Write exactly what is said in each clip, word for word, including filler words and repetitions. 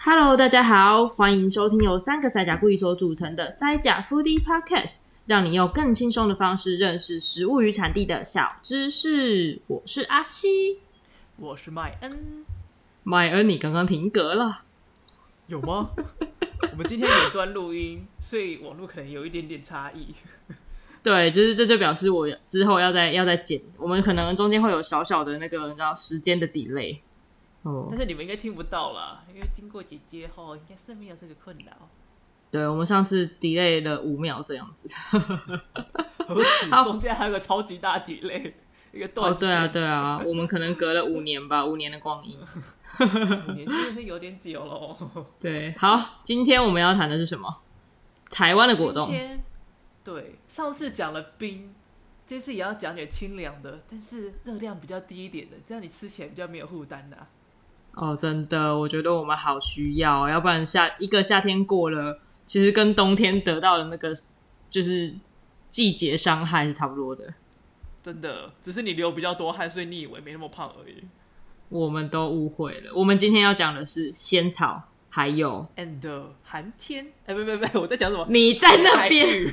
Hello， 大家好，欢迎收听由三个塞甲故意所组成的塞甲 Foodie Podcast， 让你用更轻松的方式认识食物与产地的小知识。我是阿西， 我是麦恩。 麦恩，你刚刚停格了， 有吗？我们今天远端录音，所以网络可能有一点点差异。 对，就是这就表示我之后要再要再剪，我们可能中间会有小小的那个你知道时间的 delay。哦， 但是你们应该听不到啦，因为经过姐姐后，应该是没有这个困扰。 对，我们上次 delay 了五秒这样子， 何止中间还有个超级大 delay， 一个断线。 哦，对啊，对啊，我们可能隔了五年吧，五年的光阴， 五年真的是有点久了。 对，好，今天我们要谈的是什么？台湾的果冻。 今天对，上次讲了冰，这次也要讲点清凉的，但是热量比较低一点的，这样你吃起来比较没有负担的。 哦，真的，我觉得我们好需要，要不然夏一个夏天过了，其实跟冬天得到的那个就是季节伤害是差不多的。 真的，只是你流比较多汗，所以你以为没那么胖而已。 我们都误会了。我们今天要讲的是仙草，还有 and 寒天。哎、欸，不不不，我在讲什么？ 你在那边。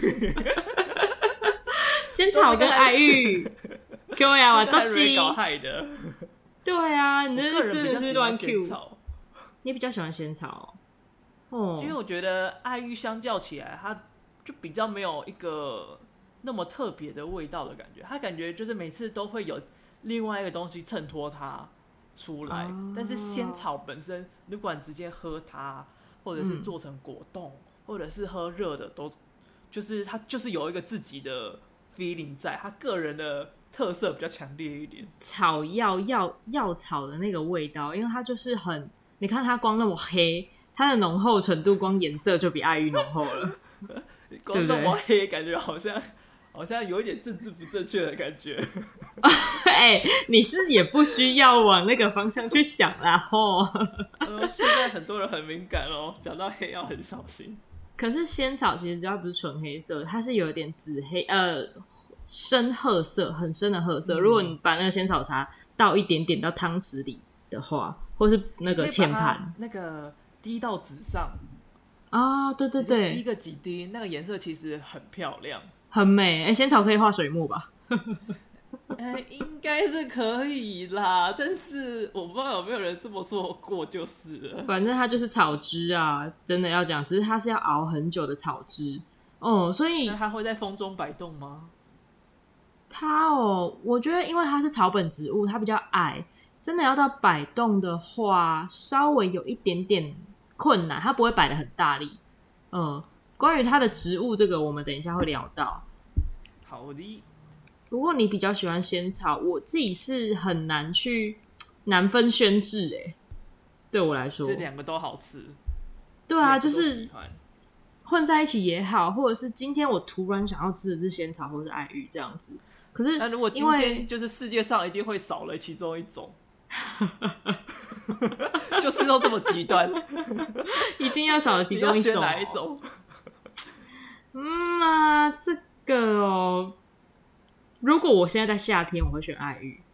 仙草跟爱玉，Q 呀，我都记搞害的。 对啊，你这真的是乱 Q。你比较喜欢仙草哦？ 因为我觉得爱玉相较起来，它就比较没有一个那么特别的味道的感觉。它感觉就是每次都会有另外一个东西衬托它出来。哦、但是仙草本身，你不管直接喝它，或者是做成果冻，嗯、或者是喝热的，都就是它就是有一个自己的 feeling 在，它个人的特色比较强烈一点。 草药药药草的那个味道，因为它就是很，你看它光那么黑，它的浓厚程度光颜色就比爱玉浓厚了。 光那么黑，感觉好像好像有一点政治不正确的感觉。 哎、欸，你是也不需要往那个方向去想啦吼。 呃，现在很多人很敏感哦，讲到黑要很小心。 可是仙草其实只要不是纯黑色，它是有一点紫黑呃。深褐色，很深的褐色。嗯、如果你把那个仙草茶倒一点点到汤匙里的话，或是那个芡盘， 那个滴到纸上啊、哦，对对对， 滴个几滴，那个颜色其实很漂亮， 很美。哎，仙草可以画水墨吧？ 哎，应该是可以啦，但是我不知道有没有人这么做过，就是了。 反正它就是草汁啊，真的要讲，只是它是要熬很久的草汁哦，所以那它会在风中摆动吗？ 它哦，我觉得因为它是草本植物，它比较矮，真的要到摆动的话，稍微有一点点困难，它不会摆得很大力。嗯，关于它的植物这个，我们等一下会聊到。 好的。 不过你比较喜欢仙草，我自己是很难去难分轩轾哎，对我来说， 这两个都好吃。 对啊，就是混在一起也好，或者是今天我突然想要吃的是仙草或者是爱玉这样子。可是， 那如果今天就是世界上一定会少了其中一种，就是都这么极端， 一定要少了其中一种， 你要选哪一种？ 嗯啊，这个哦，如果我现在在夏天，我会选爱玉。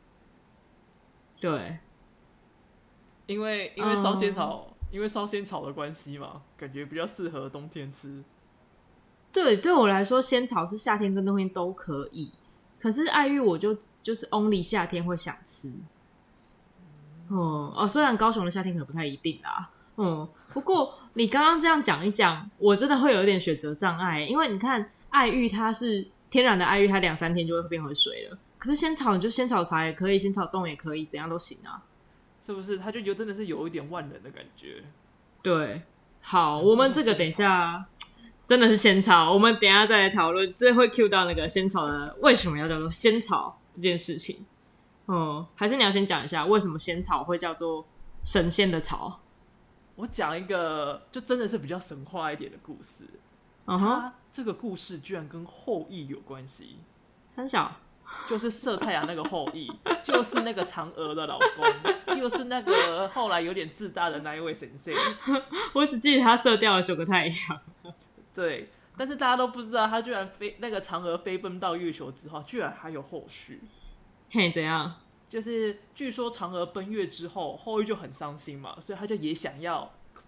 对， 因为因为烧仙草，嗯、因为烧仙草的关系嘛，感觉比较适合冬天吃。 对，对我来说，仙草是夏天跟冬天都可以。可是爱玉我就就是 only 夏天会想吃，嗯哦，虽然高雄的夏天可能不太一定啦，嗯，不过你刚刚这样讲一讲，我真的会有一点选择障碍，因为你看爱玉它是天然的爱玉，它两三天就会变回水了，可是仙草你就仙草茶也可以，仙草冻也可以，怎样都行啊， 是不是？它就真的是有一点万能的感觉。 对，好，我们这个等一下。真的是仙草，我们等一下再来讨论，这会 cue 到那个仙草的为什么要叫做仙草这件事情。嗯，还是你要先讲一下为什么仙草会叫做神仙的草？ 我讲一个就真的是比较神话一点的故事。嗯哼，它这个故事居然跟后羿有关系。 三小就是射太阳那个后羿，就是那个嫦娥的老公，就是那个后来有点自大的那一位神仙。 我只记得他射掉了九个太阳。 对，但是大家都不知道，他居然飞那个嫦娥飞奔到月球之后，居然还有后续。 嘿，怎样？ 就是据说嫦娥奔月之后，后羿就很伤心嘛，所以他就也想要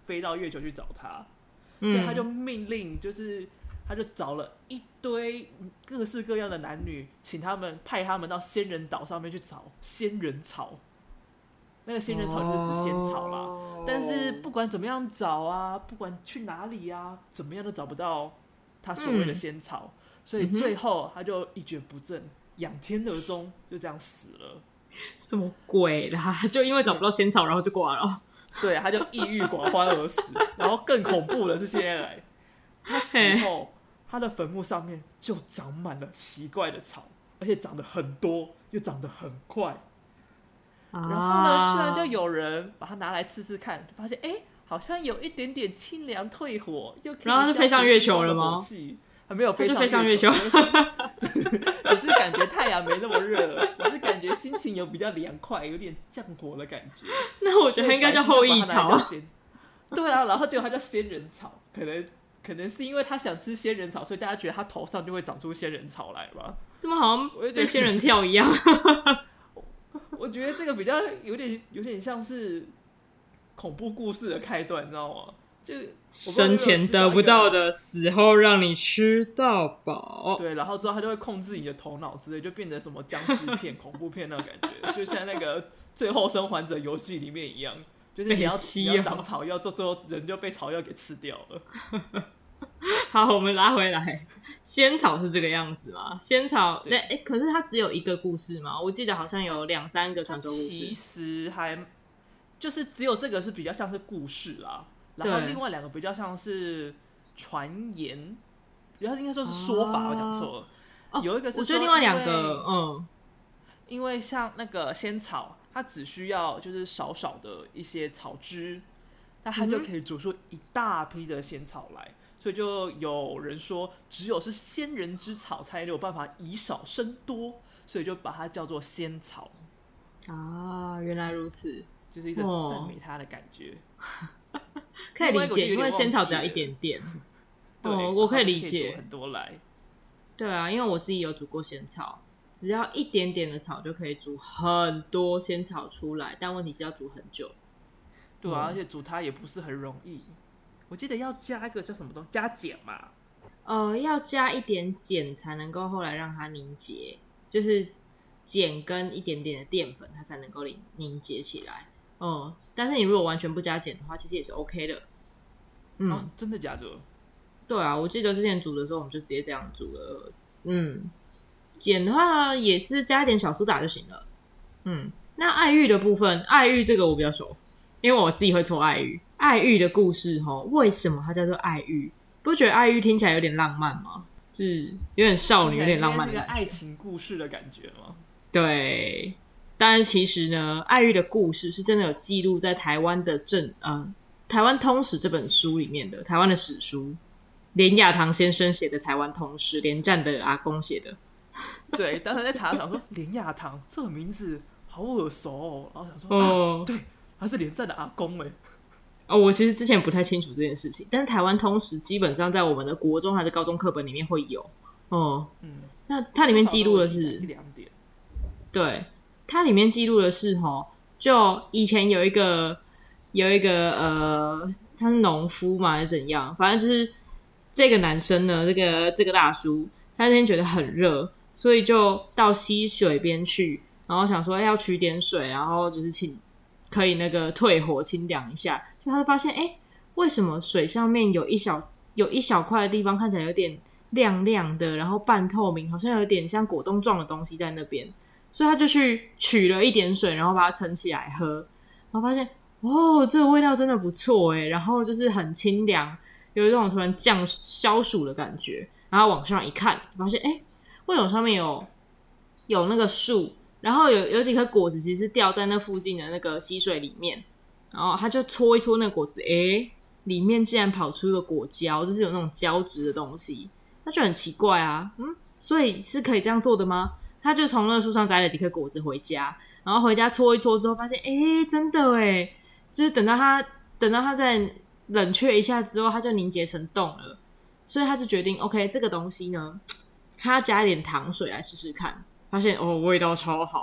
飞到月球去找他， 嗯、 所以他就命令，就是他就找了一堆各式各样的男女，请他们派他们到仙人岛上面去找仙人草。那个仙人草就是指仙草啦，哦、但是不管怎么样找啊，不管去哪里啊，怎么样都找不到他所谓的仙草，嗯、所以最后他就一蹶不振，仰天而终，就这样死了。 什么鬼啦？就因为找不到仙草，然后就挂了。 对，他就抑郁寡欢而死。然后更恐怖的是，现在来他死后，他的坟墓上面就长满了奇怪的草，而且长得很多，又长得很快。然后呢，居然就有人把它拿来吃吃看，发现哎，好像有一点点清凉退火，又可以然后就飞上月球了吗？ 还没有飞上月球， 只是感觉太阳没那么热，只是感觉心情有比较凉快，有点降火的感觉。 那我觉得它应该叫后羿草。 对啊，然后结果它叫仙人草，可能可能是因为他想吃仙人草，所以大家觉得他头上就会长出仙人草来吧？ 怎么好像被仙人跳一样？ 我觉得这个比较有点有点像是恐怖故事的开端，你知道吗？就生前得不到的，死后让你吃到饱。 对，然后之后他就会控制你的头脑之类，就变成什么僵尸片、恐怖片那种感觉，就像那个《最后生还者》游戏里面一样，就是你要你要长草药，到最后人就被草药给吃掉了。 好，我们拉回来，仙草是这个样子吗？仙草，那哎，可是它只有一个故事吗？我记得好像有两三个传说故事。 其实还就是只有这个是比较像是故事啦。然后另外两个比较像是传言，然后应该说是说法，哦、我讲错了。 哦、 有一个是说， 我觉得另外两个，嗯， 因为像那个仙草，它只需要就是少少的一些草汁，那它就可以煮出一大批的仙草来，嗯、所以就有人说，只有是仙人之草才有办法以少生多，所以就把它叫做仙草。 啊，原来如此， 就是一种赞美它的感觉。哦可以理解，因为仙草只要一点点。哦，我可以理解。 很多来。 对啊，因为我自己有煮过仙草，只要一点点的草就可以煮很多仙草出来，但问题是要煮很久。 对啊，嗯、而且煮它也不是很容易。我记得要加一个叫什么东西，加碱嘛。 呃，要加一点碱才能够后来让它凝结，就是碱跟一点点的淀粉，它才能够凝结起来。嗯，但是你如果完全不加碱的话，其实也是 OK 的。 嗯、哦，真的假的？ 对啊，我记得之前煮的时候，我们就直接这样煮了。嗯，碱的话也是加一点小苏打就行了。嗯，那爱玉的部分，爱玉这个我比较熟，因为我自己会搓爱玉。爱玉的故事齁，为什么它叫做爱玉？不觉得爱玉听起来有点浪漫吗？是有点少女，有点浪漫的感觉， 是个爱情故事的感觉吗？ 对。但是其实呢，爱玉的故事是真的有记录在台湾的正呃台湾通史这本书里面的，台湾的史书，连雅堂先生写的台湾通史，连战的阿公写的。 对，当时在查想说连雅堂这个名字好耳熟哦，然后想说哦、 啊，对，他是连战的阿公哎。 哦，我其实之前不太清楚这件事情，但是台湾通史基本上在我们的国中还是高中课本里面会有哦。嗯，那它里面记录的是一两点， 对。它里面记录的是齁，就以前有一个有一个呃，他是农夫嘛还是怎样，反正就是这个男生呢，这个这个大叔，他那天觉得很热，所以就到溪水边去，然后想说、欸、要取点水，然后就是清可以那个退火清凉一下，就他就发现哎、欸，为什么水上面有一小有一小块的地方看起来有点亮亮的，然后半透明，好像有点像果冻状的东西在那边。所以他就去取了一点水，然后把它盛起来喝，然后发现哦，这个味道真的不错耶，然后就是很清凉，有一种突然降消暑的感觉。然后往上一看，发现哎，为什么上面有有那个树，然后有有几颗果子其实是掉在那附近的那个溪水里面，然后他就搓一搓那个果子，哎，里面竟然跑出一个果胶，就是有那种胶质的东西，那就很奇怪啊，嗯，所以是可以这样做的吗？他就从那个树上摘了几颗果子回家，然后回家搓一搓之后发现诶真的诶，就是等到他等到他再冷却一下之后，它就凝结成冻了，所以他就决定 OK 这个东西呢他加一点糖水来试试看，发现哦味道超好，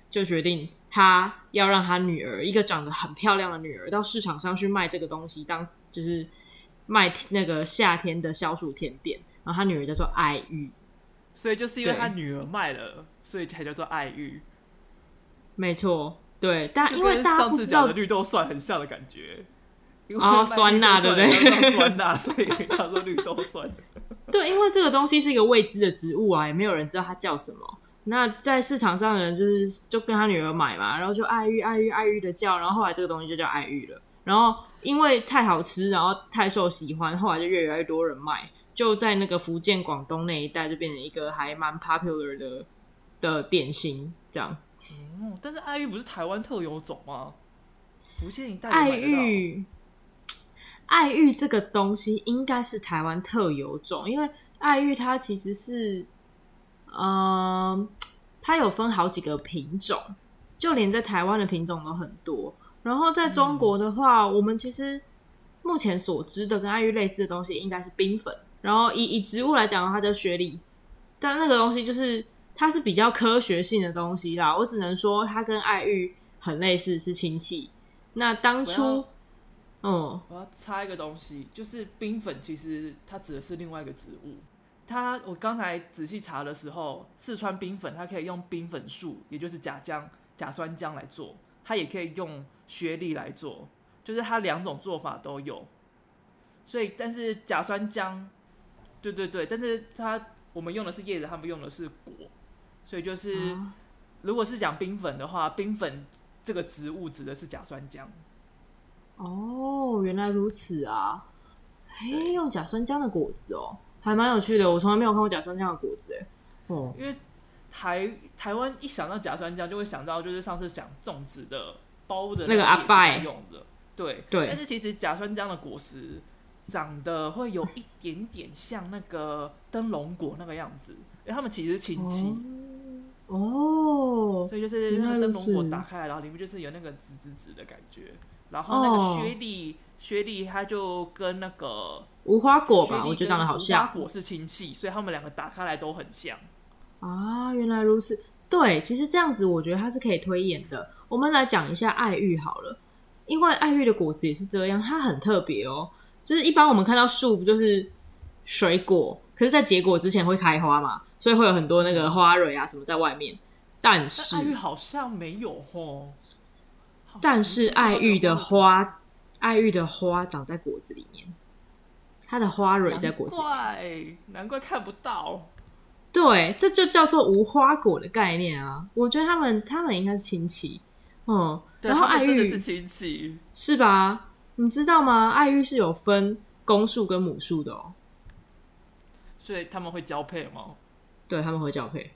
就决定他要让他女儿一个长得很漂亮的女儿到市场上去卖这个东西，当就是卖那个夏天的消暑甜点，然后他女儿叫做爱玉， 所以就是因为他女儿卖了，所以才叫做爱玉。 没错，对，但因为大家不知道， 上次讲的绿豆蒜很像的感觉。 哦，酸辣对不对？ 酸辣，所以叫做绿豆酸。 对，因为这个东西是一个未知的植物啊，也没有人知道它叫什么。那在市场上的人就是就跟他女儿买嘛，然后就爱玉爱玉爱玉的叫，然后后来这个东西就叫爱玉了。然后因为太好吃，然后太受喜欢，后来就越来越多人卖，就在那个福建、广东那一带就变成一个还蛮 popular 的的点心这样。 嗯，但是爱玉不是台湾特有种吗？福建一带爱玉，爱玉这个东西应该是台湾特有种，因为爱玉它其实是，呃，它有分好几个品种，就连在台湾的品种都很多。然后在中国的话，嗯、我们其实目前所知的跟爱玉类似的东西应该是冰粉。然后以以植物来讲的话，它叫雪莉，但那个东西就是它是比较科学性的东西啦。我只能说它跟爱玉很类似，是亲戚。那当初，嗯， 我要插一个东西，就是冰粉，其实它指的是另外一个植物。它我刚才仔细查的时候，四川冰粉它可以用冰粉树，也就是甲浆、甲酸浆来做，它也可以用雪莉来做，就是它两种做法都有。所以，但是甲酸浆，对对对，但是它我们用的是叶子，他们用的是果，所以就是、啊、如果是讲冰粉的话，冰粉这个植物指的是甲酸浆。 哦，原来如此啊！嘿，用甲酸浆的果子哦，还蛮有趣的。我从来没有看过甲酸浆的果子哎。哦， 因为台台湾一想到甲酸浆，就会想到就是上次讲粽子的包的那个阿拜用的，对对。 但是其实甲酸浆的果实长得会有一点点像那个灯笼果那个样子，因为它们其实是亲戚。 哦，哦所以就是那个灯笼果打开来，然后里面就是有那个紫紫紫的感觉。然后那个雪莉，雪莉它就跟那个无花果吧，我觉得长得好像。 无花果是亲戚，所以他们两个打开来都很像。 啊，原来如此。对，其实这样子我觉得它是可以推演的。我们来讲一下爱玉好了，因为爱玉的果子也是这样，它很特别哦。就是一般我们看到树不就是水果，可是在结果之前会开花嘛，所以会有很多那个花蕊啊什么在外面。但是爱玉好像没有哦。 但是爱玉的花，爱玉的花长在果子里面，它的花蕊在果子里面， 难怪难怪看不到。 对，这就叫做无花果的概念啊！我觉得他们他们应该是亲戚，嗯， 对， 然后爱玉真的是亲戚， 是吧？你知道吗？爱玉是有分公树跟母树的哦， 所以他们会交配吗？ 对，他们会交配。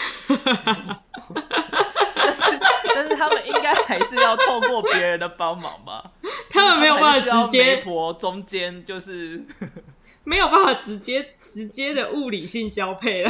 但是，但是他们应该还是要透过别人的帮忙吧？ 他们没有办法直接， 媒婆中间就是没有办法直接直接的物理性交配啦。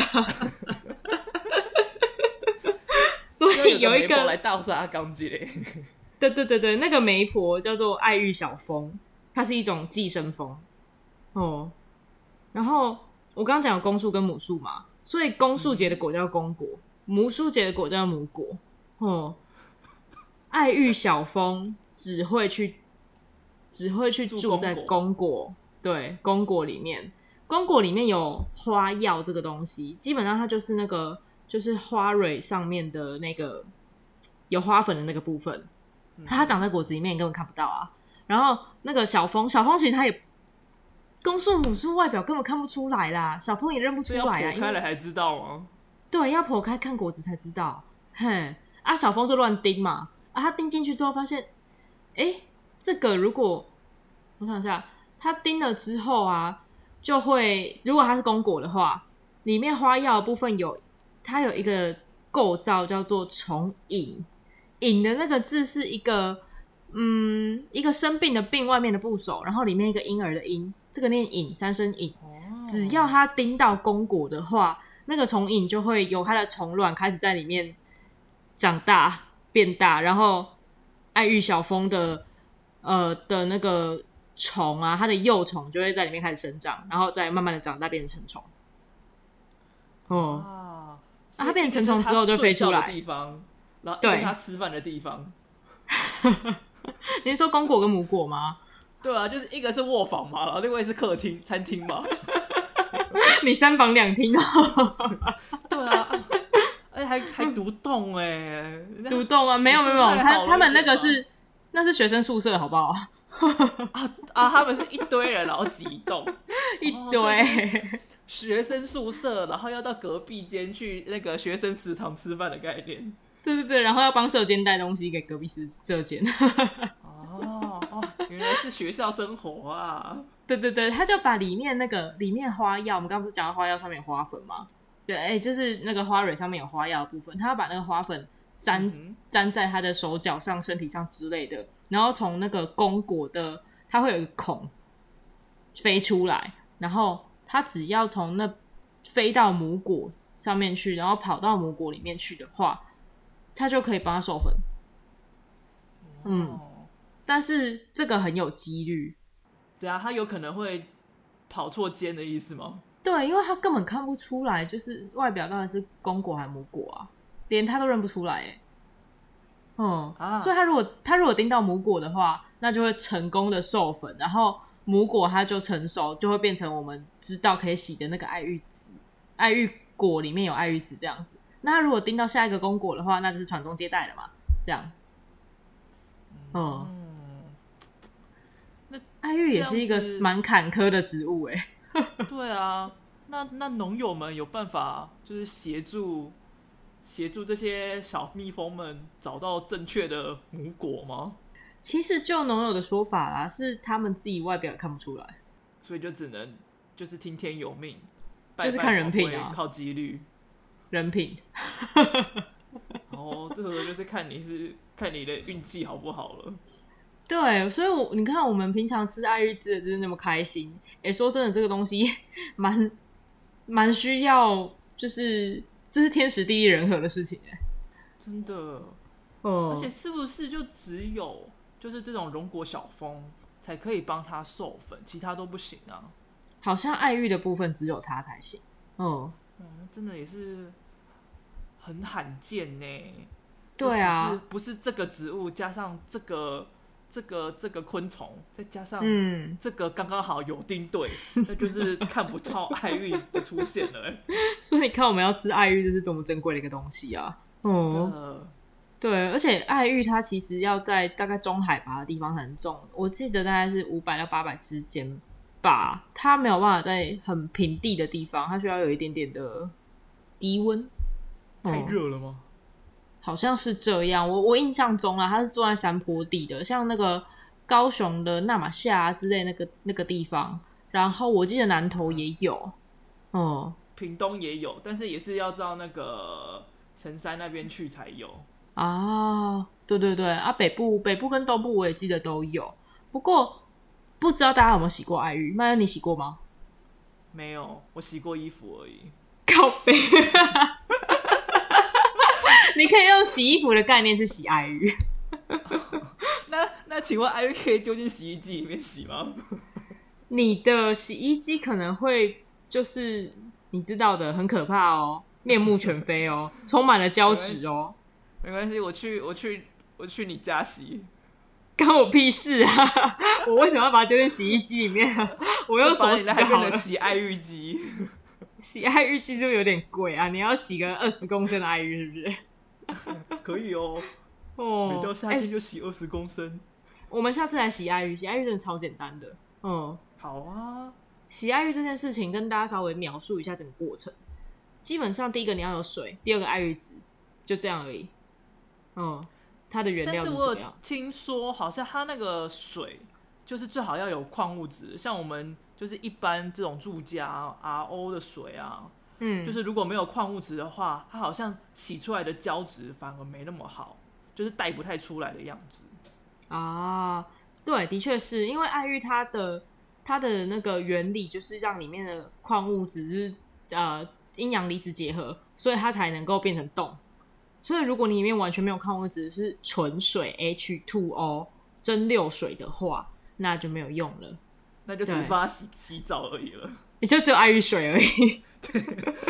所以有一个媒婆来倒杀钢筋嘞。 对对对对，那个媒婆叫做爱玉小蜂，它是一种寄生蜂哦。然后我刚刚讲有公树跟母树嘛，所以公树结的果叫公果，母树结的果叫母果。哦，爱玉小蜂只会去只会去住在公果，对，公果里面，公果里面有花药这个东西，基本上它就是那个就是花蕊上面的那个有花粉的那个部分，它长在果子里面你根本看不到啊。然后那个小蜂，小蜂其实它也公树母树外表根本看不出来啦，小蜂也认不出来啊， 要剖开了才知道吗？ 对，要剖开看果子才知道。嘿。啊，小蜂就乱叮嘛，啊，他叮进去之后发现，哎，这个如果我想一下，他叮了之后啊，就会如果它是公果的话，里面花药的部分有，它有一个构造叫做虫引，引的那个字是一个，嗯，一个生病的病外面的部首，然后里面一个婴儿的婴，这个念引，三声引。只要它叮到公果的话，那个虫引就会有它的虫卵开始在里面。长大变大，然后爱玉小蜂的呃的那个虫啊，它的幼虫就会在里面开始生长，然后再慢慢的长大变成成虫。哦、嗯，啊，它变成成虫之后就飞出来。 地方然后一个是他吃饭的地方。 你是说公果跟母果吗？ 对啊，就是一个是卧房嘛，然后另外是客厅、餐厅嘛。 你三房两厅哦。 对啊，而且还还独栋哎， 独栋啊，没有没有没有，他他们那个是那是学生宿舍，好不好？ 啊啊，他们是一堆人，然后几栋， 一堆、 哦、学生宿舍，然后要到隔壁间去那个学生食堂吃饭的概念。 对对对，然后要帮舍监带东西给隔壁舍监。 哦哦，原来是学校生活啊！ 对对对，他就把里面那个里面花药，我们刚刚不是讲到花药上面有花粉吗？对，哎、欸，就是那个花蕊上面有花药的部分，他要把那个花粉沾、嗯、沾在他的手脚上、身体上之类的，然后从那个公果的，它会有一个孔飞出来，然后他只要从那飞到母果上面去，然后跑到母果里面去的话，他就可以帮他授粉。嗯，哦、但是这个很有几率。 怎样？他有可能会跑错间的意思吗？ 对，因为他根本看不出来，就是外表到底是公果还是母果啊，连他都认不出来哎。嗯，啊、所以他如果他如果叮到母果的话，那就会成功的授粉，然后母果它就成熟，就会变成我们知道可以洗的那个爱玉子，爱玉果里面有爱玉子这样子。那他如果叮到下一个公果的话，那就是传宗接代了嘛，这样。嗯，那爱玉也是一个蛮坎坷的植物哎。 对啊，那那农友们有办法就是协助协助这些小蜜蜂们找到正确的母果吗？ 其实就农友的说法啦，是他们自己外表也看不出来， 所以就只能就是听天由命， 就是看人品啊， 靠几率， 人品。 哦，这时候就是看你是看你的运气好不好了。 对，所以我你看我们平常吃爱玉吃的就是那么开心。哎、欸，说真的，这个东西蛮蛮需要，就是这是天时地利人和的事情哎、欸， 真的。 嗯， 而且是不是就只有就是这种荣果小蜂才可以帮它授粉，其他都不行啊？ 好像爱玉的部分只有它才行。嗯嗯，真的也是很罕见呢。 对啊， 不是不是这个植物加上这个。这个这个昆虫，再加上这个刚刚好有丁对，嗯、那就是看不到爱玉的出现了、欸。 所以你看，我们要吃爱玉，这是多么珍贵的一个东西啊！嗯，对，而且爱玉它其实要在大概中海拔的地方才能种，我记得大概是五百到八百之间吧。它没有辦法在很平地的地方，它需要有一点点的低温。 太热了吗？ 好像是这样，我我印象中啊，它是种在山坡地的，像那个高雄的那玛夏啊之类那个那个地方，然后我记得南投也有，嗯， 屏东也有，但是也是要到那个神山那边去才有啊。对对对啊，北部北部跟东部我也记得都有，不过不知道大家有没有洗过爱玉？麦恩，你洗过吗？ 没有，我洗过衣服而已。 靠北。你可以用洗衣服的概念去洗爱玉。 那那请问爱玉可以丢进洗衣机里面洗吗？ 你的洗衣机可能会就是你知道的很可怕哦，面目全非哦，充满了胶质哦。 没关系，我去我去我去你家洗。 干我屁事啊！我为什么要把它丢进洗衣机里面啊？我用手洗就好了。 洗爱玉机， 洗爱玉机是不是有点贵啊？你要洗个二十公升的爱玉是不是？ 可以哦，哦，每到夏天就洗二十公升、欸。 我们下次来洗爱玉，洗爱玉真的超简单的。嗯， 好啊。 洗爱玉这件事情跟大家稍微描述一下整个过程。基本上第一个你要有水，第二个爱玉籽，就这样而已。嗯，它的原料是怎么样？ 但是我有听说好像它那个水就是最好要有矿物质，像我们就是一般这种住家 R O 的水啊。嗯，就是如果没有矿物质的话，它好像洗出来的胶质反而没那么好，就是带不太出来的样子啊。对，的确是因为爱玉它的它的那个原理就是让里面的矿物质就是呃阴阳离子结合，所以它才能够变成冻。所以如果你里面完全没有矿物质，是纯水 H 二 O 蒸馏水的话，那就没有用了， 那就只是帮它洗洗澡而已了， 你就只有爱玉水而已。 对，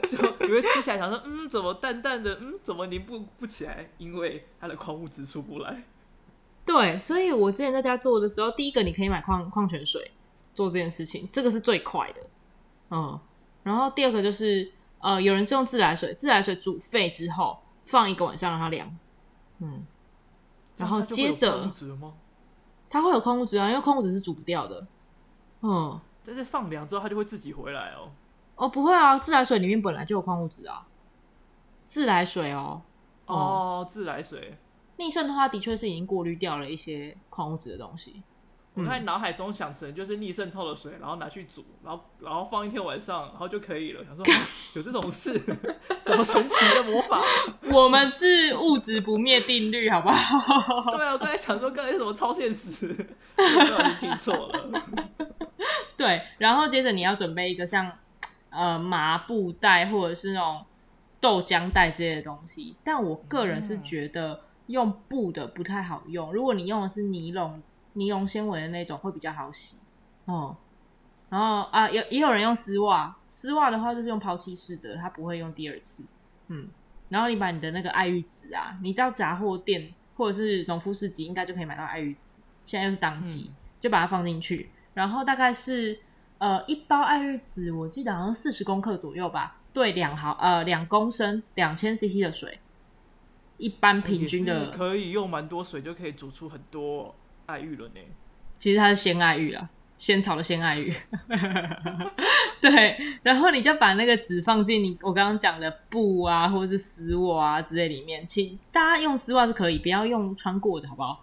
就你会吃起来想说，嗯，怎么淡淡的，嗯，怎么凝不不起来？因为它的矿物质出不来。 对，所以我之前在家做的时候，第一个你可以买矿矿泉水做这件事情，这个是最快的。嗯，然后第二个就是呃，有人是用自来水，自来水煮沸之后放一个晚上让它凉。嗯，然后接着它会有矿物质啊，因为矿物质是煮不掉的。嗯， 但是放凉之后它就会自己回来哦。 哦，不会啊，自来水里面本来就有矿物质啊。自来水哦， 哦，哦自来水逆渗透它的确是已经过滤掉了一些矿物质的东西。 我在脑海中想成就是逆渗透的水，然后拿去煮，然后然后放一天晚上，然后就可以了。想说有这种事，什么神奇的魔法？ 我们是物质不灭定律，好不好？ 对啊，我刚才想说刚才什么超现实，不小心听错了。 对，然后接着你要准备一个像呃麻布袋或者是那种豆浆袋之类的东西，但我个人是觉得用布的不太好用，如果你用的是尼龙尼龙纤维的那种会比较好洗哦。然后啊，也也有人用丝袜，丝袜的话就是用抛弃式的，它不会用第二次。嗯，然后你把你的那个爱玉籽啊，你到杂货店或者是农夫市集应该就可以买到爱玉籽，现在又是当季，嗯、就把它放进去。然后大概是呃一包爱玉籽，我记得好像四十公克左右吧，对，两毫呃两公升两千 C C 的水，一般平均的、 哦、也是可以用蛮多水就可以煮出很多爱玉了呢。 其实它是鲜爱玉啦，仙草的鲜爱玉。对，然后你就把那个籽放进你我刚刚讲的布啊或者是丝袜啊之类里面，请大家用丝袜是可以，不要用穿过的好不好？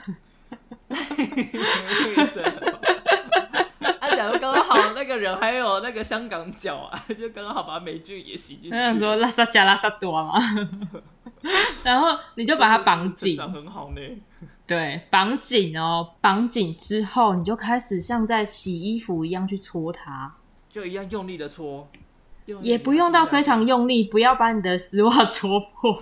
啊，假如刚刚好那个人还有那个香港脚啊，就刚刚好把霉菌也洗进去。 他想说拉萨加拉萨多嘛，然后你就把它绑紧， 长很好呢。 对，绑紧哦，绑紧之后你就开始像在洗衣服一样去搓它， 就一样用力的搓， 也不用到非常用力，不要把你的丝袜搓破。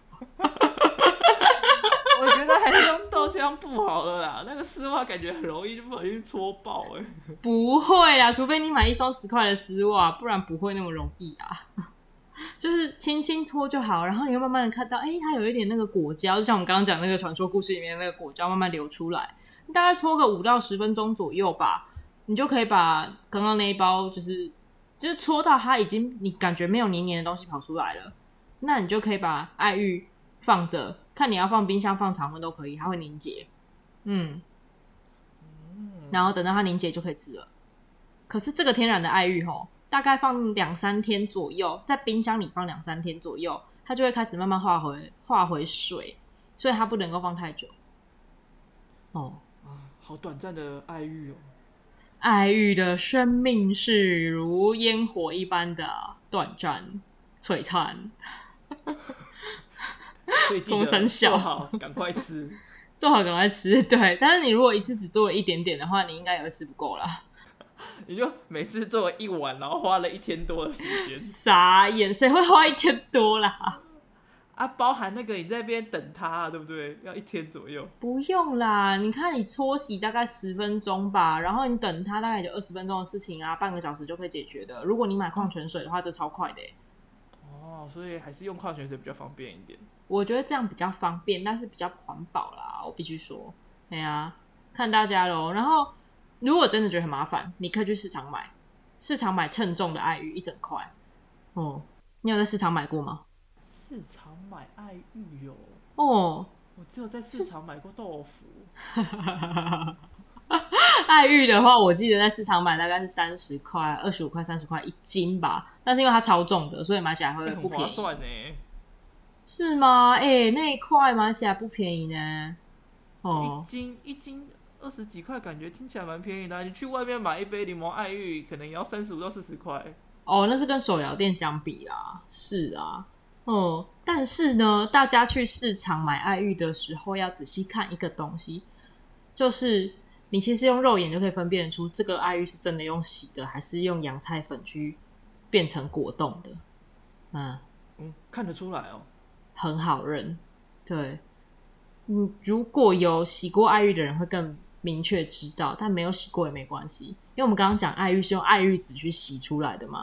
我觉得还是用豆浆布好了啦，那个丝袜感觉很容易就不小心搓爆哎、欸。 不会啦，除非你买一双十块的丝袜，不然不会那么容易啊。就是轻轻搓就好，然后你会慢慢的看到，哎、欸，它有一点那个果胶，就像我们刚刚讲那个传说故事里面的那个果胶慢慢流出来，你大概搓个五到十分钟左右吧，你就可以把刚刚那一包就是就是搓到它已经你感觉没有黏黏的东西跑出来了，那你就可以把爱玉放着，看你要放冰箱放常温都可以，它会凝结，嗯，然后等到它凝结就可以吃了。可是这个天然的爱玉吼，大概放两三天左右，在冰箱里放两三天左右，它就会开始慢慢化回化回水，所以它不能够放太久。哦， 啊，好短暂的爱玉哦！ 爱玉的生命是如烟火一般的短暂、璀璨。 所以记得做好，赶快吃， 做好赶快吃。对，但是你如果一次只做了一点点的话，你应该也会吃不够啦。 你就每次做了一碗，然后花了一天多的时间。 傻眼，谁会花一天多啦？ 啊，包含那个你在那边等它，对不对？要一天左右。 不用啦，你看你搓洗大概十分钟吧，然后你等它大概就二十分钟的事情啊，半个小时就可以解决的。如果你买矿泉水的话，这超快的耶。 哦，所以还是用矿泉水比较方便一点。 我觉得这样比较方便，但是比较环保啦，我必须说。对啊，看大家咯。然后如果真的觉得很麻烦，你可以去市场买，市场买称重的爱玉一整块。哦，你有在市场买过吗？ 市场买爱玉有哦， 我只有在市场买过豆腐。 爱玉的话，我记得在市场买大概是三十块、二十五块、三十块一斤吧，但是因为它超重的，所以买起来会不便宜。 欸、很划算呢。 是吗？哎、欸，那一块买起来不便宜呢。 哦，一斤一斤二十几块，感觉听起来蛮便宜的、啊。你去外面买一杯柠檬爱玉，可能也要三十五到四十块。 哦，那是跟手摇店相比啦。是啊，哦，但是呢，大家去市场买爱玉的时候要仔细看一个东西，就是你其实用肉眼就可以分辨出这个爱玉是真的用洗的，还是用洋菜粉去变成果冻的。嗯嗯，看得出来哦。 很好认，对，嗯，如果有洗过爱玉的人会更明确知道，但没有洗过也没关系，因为我们刚刚讲爱玉是用爱玉籽去洗出来的嘛，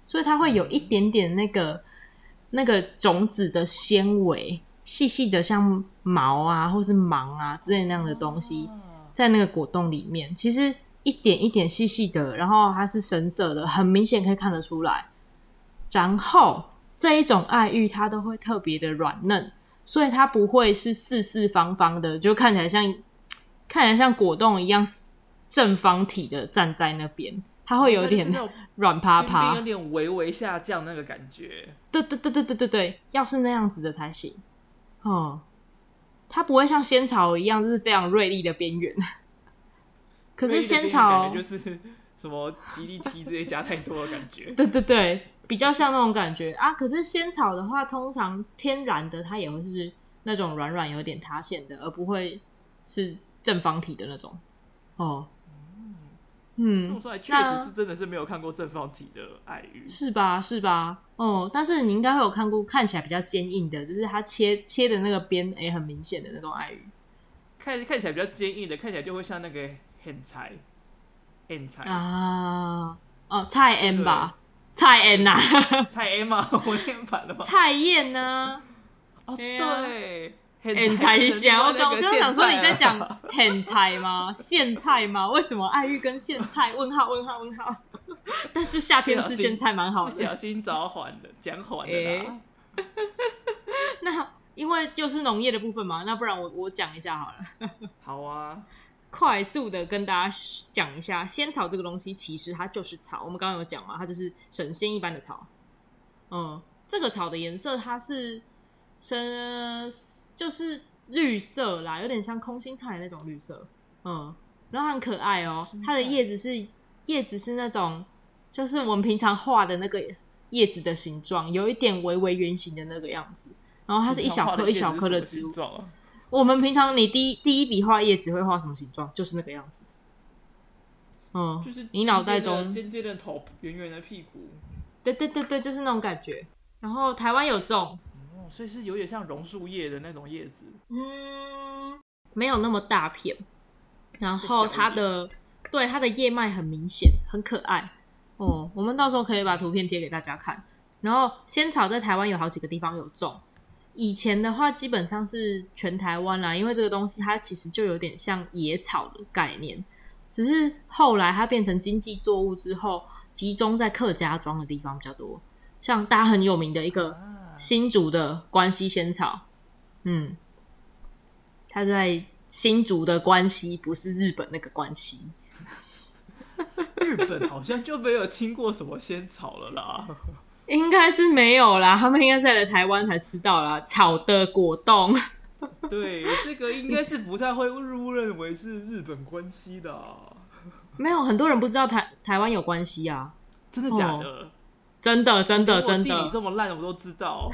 所以它会有一点点那个那个种子的纤维，细细的像毛啊或是芒啊之类那样的东西在那个果冻里面，其实一点一点细细的，然后它是深色的，很明显可以看得出来。然后这一种爱玉它都会特别的软嫩，所以它不会是四四方方的，就看起来像看起来像果冻一样正方体的站在那边，它会有点软趴趴， 有点微微下降那个感觉。 对对对对对对对，要是那样子的才行。嗯，它不会像仙草一样，就是非常锐利的边缘。可是仙草感觉就是什么吉利 T 之类加太多的感觉。 对对对，比较像那种感觉啊。可是仙草的话，通常天然的它也会是那种软软有点塌陷的，而不会是正方体的那种。哦，嗯， 这么说来，确实是真的是没有看过正方体的爱玉， 是吧？是吧？哦，但是你应该会有看过看起来比较坚硬的，就是它切切的那个边也很明显的那种爱玉， 看看起来比较坚硬的，看起来就会像那个很菜，很菜啊，哦，蔡 N 吧，蔡 N 呐， 蔡 N 吗？我念反了吗？ 蔡燕呢？ 哦，对。 很菜香，我刚刚想说你在讲很菜吗？苋菜吗？为什么爱玉跟苋菜？问号问号问号。但是夏天吃苋菜蛮好的。 不小心找缓的，讲缓的啦。 欸、那因为就是农业的部分嘛，那不然我我讲一下好了。 好啊， 快速的跟大家讲一下，仙草这个东西其实它就是草，我们刚刚有讲嘛，它就是神仙一般的草。嗯，这个草的颜色它是。深就是绿色啦，有点像空心菜的那种绿色，嗯，然后很可爱哦。它的叶子是叶子是那种，就是我们平常画的那个叶子的形状，有一点微微圆形的那个样子。然后它是一小颗一小颗的植物。 啊、 我们平常你第一第一笔画叶子会画什么形状？就是那个样子。嗯， 就是你脑袋中尖尖的头，圆圆的屁股。 对对对对，就是那种感觉。然后台湾有种。 所以是有点像榕树叶的那种叶子， 嗯，没有那么大片，然后它的对它的叶脉很明显，很可爱哦。我们到时候可以把图片贴给大家看。然后仙草在台湾有好几个地方有种，以前的话基本上是全台湾啦，因为这个东西它其实就有点像野草的概念，只是后来它变成经济作物之后，集中在客家庄的地方比较多，像大家很有名的一个。新竹的关西仙草，嗯，它在新竹的关西，不是日本那个关西。 日本好像就没有听过什么仙草了啦， 应该是没有啦，他们应该在来台湾才吃到啦，草的果冻。 对，这个应该是不太会误认为是日本关西的、啊。 没有，很多人不知道台台湾有关西啊， 真的假的？ 哦真的真的真的， 地理这么烂，我都知道。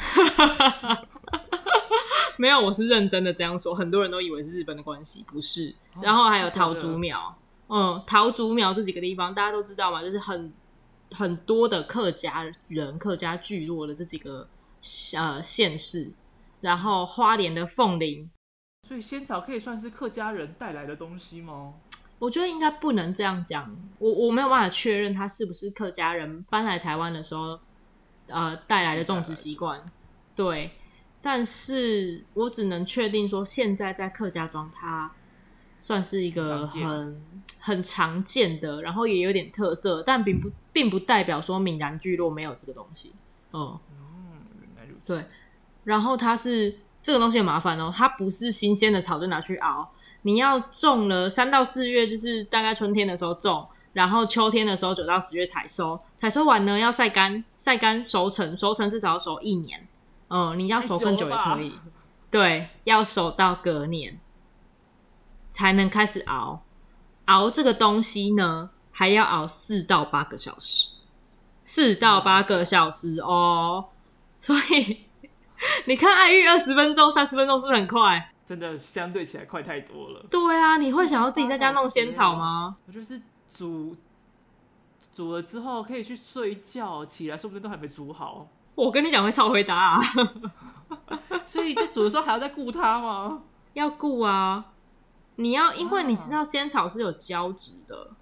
没有，我是认真的这样说。很多人都以为是日本的关系，不是。然后还有桃竹苗，嗯，桃竹苗这几个地方大家都知道嘛，就是很很多的客家人、客家聚落的这几个呃县市。然后花莲的凤林， 所以仙草可以算是客家人带来的东西吗？ 我觉得应该不能这样讲，我我没有办法确认它是不是客家人搬来台湾的时候，呃，带来的种植习惯。对，但是我只能确定说，现在在客家庄它算是一个很很常见的，然后也有点特色，但并不并不代表说闽南聚落没有这个东西。嗯， 嗯，原来如此。 对，然后它是这个东西很麻烦哦，它不是新鲜的草就拿去熬。你要种了三到四月，就是大概春天的时候种，然后秋天的时候九到十月采收，采收完呢要晒干，晒干熟成，熟成至少要熟一年。嗯，你要熟更久也可以，对，要熟到隔年才能开始熬。熬这个东西呢，还要熬四到八个小时，四到八个小时哦。所以你看爱玉二十分钟、三十分钟是不是很快？ 真的相对起来快太多了。 对啊，你会想要自己在家弄仙草吗？ 我就是煮煮了之后可以去睡觉，起来说不定都还没煮好。 我跟你讲会超回答啊！ 所以在煮的时候还要再顾它吗？ 要顾啊！你要，因为你知道仙草是有胶质的，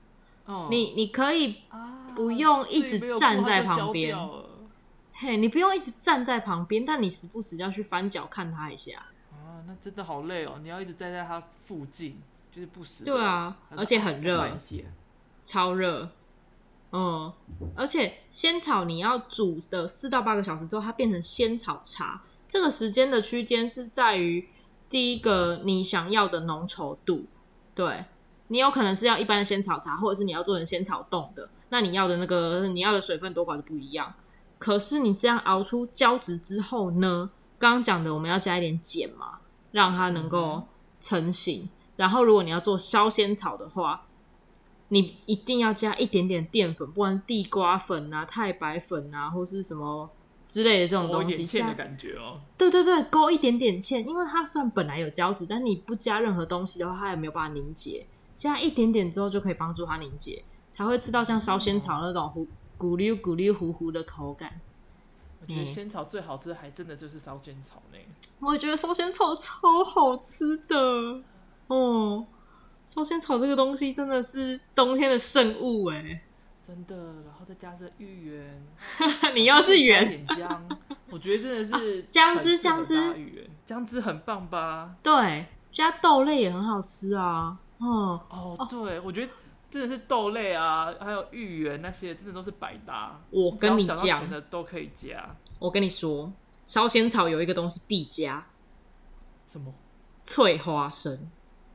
哦、 你你可以不用一直站在旁边，嘿，你不用一直站在旁边，但你时不时要去翻脚看它一下。 啊，那真的好累哦！你要一直待在它附近，就是不时。 对啊，而且很热，超热。嗯，而且仙草你要煮的四到八个小时之后，它变成仙草茶。这个时间的区间是在于第一个你想要的浓稠度，对，你有可能是要一般的仙草茶，或者是你要做成仙草冻的，那你要的那个你要的水分多寡就不一样。可是你这样熬出胶质之后呢，刚刚讲的我们要加一点碱嘛，让它能够成型。然后如果你要做烧仙草的话，你一定要加一点点淀粉，不然地瓜粉啊、太白粉啊，或是什么之类的这种东西， 勾一点芡的感觉哦。 对对对，勾一点点芡，因为它虽然本来有胶质，但你不加任何东西的话，它也没有办法凝结。加一点点之后就可以帮助它凝结，才会吃到像烧仙草那种糊咕溜咕溜糊糊的口感。 我觉得仙草最好吃的还真的就是烧仙草呢。 我觉得烧仙草超好吃的哦。烧仙草这个东西真的是冬天的圣物哎， 真的。然后再加上芋圆， 你要是圆点姜，我觉得真的是姜汁姜汁芋圆，姜汁很棒吧？ 对，加豆类也很好吃啊。 哦哦，对，我觉得真的是豆类啊，还有芋圆那些，真的都是百搭。 我跟你讲，的都可以加。 我跟你说，烧仙草有一个东西必加， 什么？ 脆花生。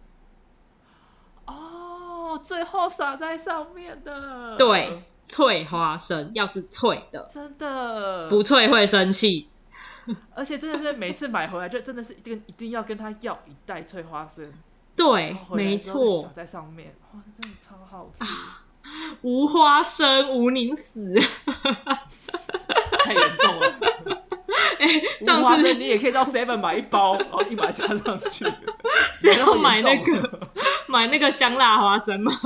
哦，最后撒在上面的。 对，脆花生要是脆的， 真的不脆会生气。 而且真的是每次买回来就真的是一定一定要跟他要一袋脆花生。 对，没错， 撒在上面，哇，真的超好吃。啊、 无花生无宁死， 太严重了。 欸、上次无花生你也可以到 seven 买一包，然后一把加上去。 是要买那个买那个香辣花生吗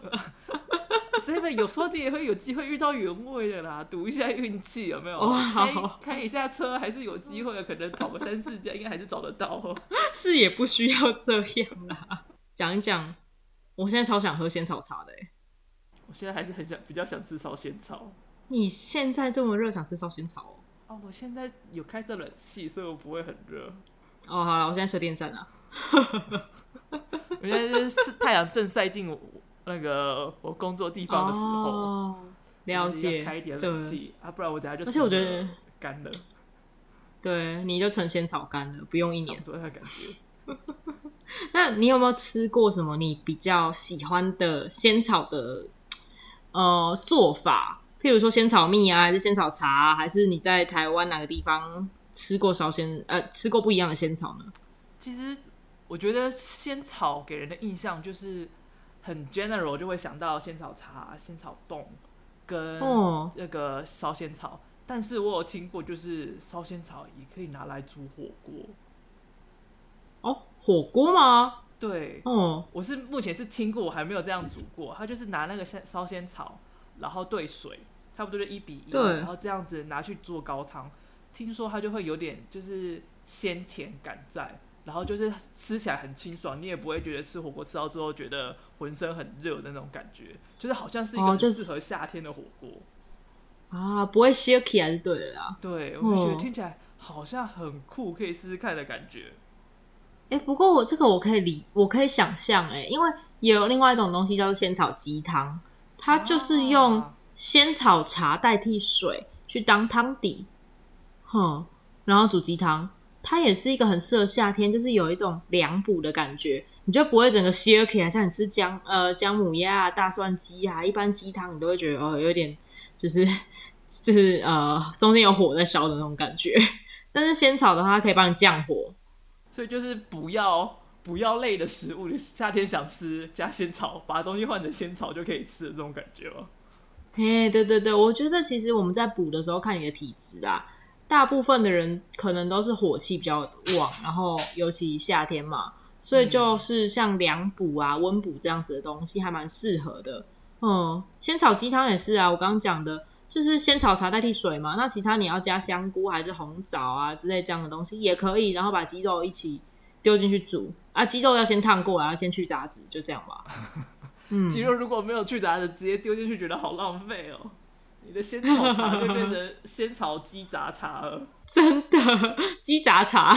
？seven 有时候你也会有机会遇到原味的啦，赌一下运气有没有？ 哦、 开, 开一下车还是有机会的，可能跑个三四家应该还是找得到、哦。 是也不需要这样啦。讲一讲，我现在超想喝仙草茶的耶。 我现在还是很想比较想吃烧仙草。 你现在这么热，想吃烧仙草哦？ 哦，我现在有开着冷气，所以我不会很热。 哦，好了，我现在吹电扇了。 我现在就是太阳正晒进我那个我工作地方的时候， 哦、了解， 开一点冷气啊，不然我等下就而且我觉得干了。 对，你就成仙草干了，不用一年。 差不多那感觉。 那你有没有吃过什么你比较喜欢的仙草的呃做法？譬如说仙草蜜啊，还是仙草茶、啊，还是你在台湾哪个地方吃过烧仙呃吃过不一样的仙草呢？ 其实我觉得仙草给人的印象就是很 general， 就会想到仙草茶、仙草冻跟那个烧仙草。哦、但是我有听过，就是烧仙草也可以拿来煮火锅。 哦，火锅吗？ 对， 哦， 我是目前是听过，我还没有这样煮过。他就是拿那个烧仙草，然后兑水，差不多就一比一，然后这样子拿去做高汤。听说它就会有点就是鲜甜感在，然后就是吃起来很清爽，你也不会觉得吃火锅吃到最后觉得浑身很热的那种感觉，就是好像是一个适合夏天的火锅、 哦、啊，不会烧起来就对了啦。 对，我就觉得听起来好像很酷，可以试试看的感觉。 哎、欸，不过我这个我可以理，我可以想象，哎，因为也有另外一种东西叫做仙草鸡汤，它就是用仙草茶代替水去当汤底，哼，然后煮鸡汤，它也是一个很适合夏天，就是有一种凉补的感觉，你就不会整个吸起来，像你吃姜呃姜母鸭啊、大蒜鸡啊，一般鸡汤你都会觉得哦有点就是就是呃中间有火在烧的那种感觉，但是仙草的话，它可以帮你降火。 所以就是不要不要类的食物，夏天想吃加仙草，把东西换成仙草就可以吃的这种感觉吗？ 嘿，对对对，我觉得其实我们在补的时候看你的体质啊，大部分的人可能都是火气比较旺，然后尤其夏天嘛，所以就是像凉补啊、温补这样子的东西还蛮适合的。嗯，仙草鸡汤也是啊，我刚刚讲的就是仙草茶代替水嘛，那其他你要加香菇还是红枣啊之类这样的东西也可以，然后把鸡肉一起丢进去煮啊，鸡肉要先烫过，然后先去杂质，就这样吧。 嗯， 鸡肉如果没有去拿的，直接丢进去，觉得好浪费哦。你的仙草茶就变成仙草鸡杂茶了， 真的鸡杂茶，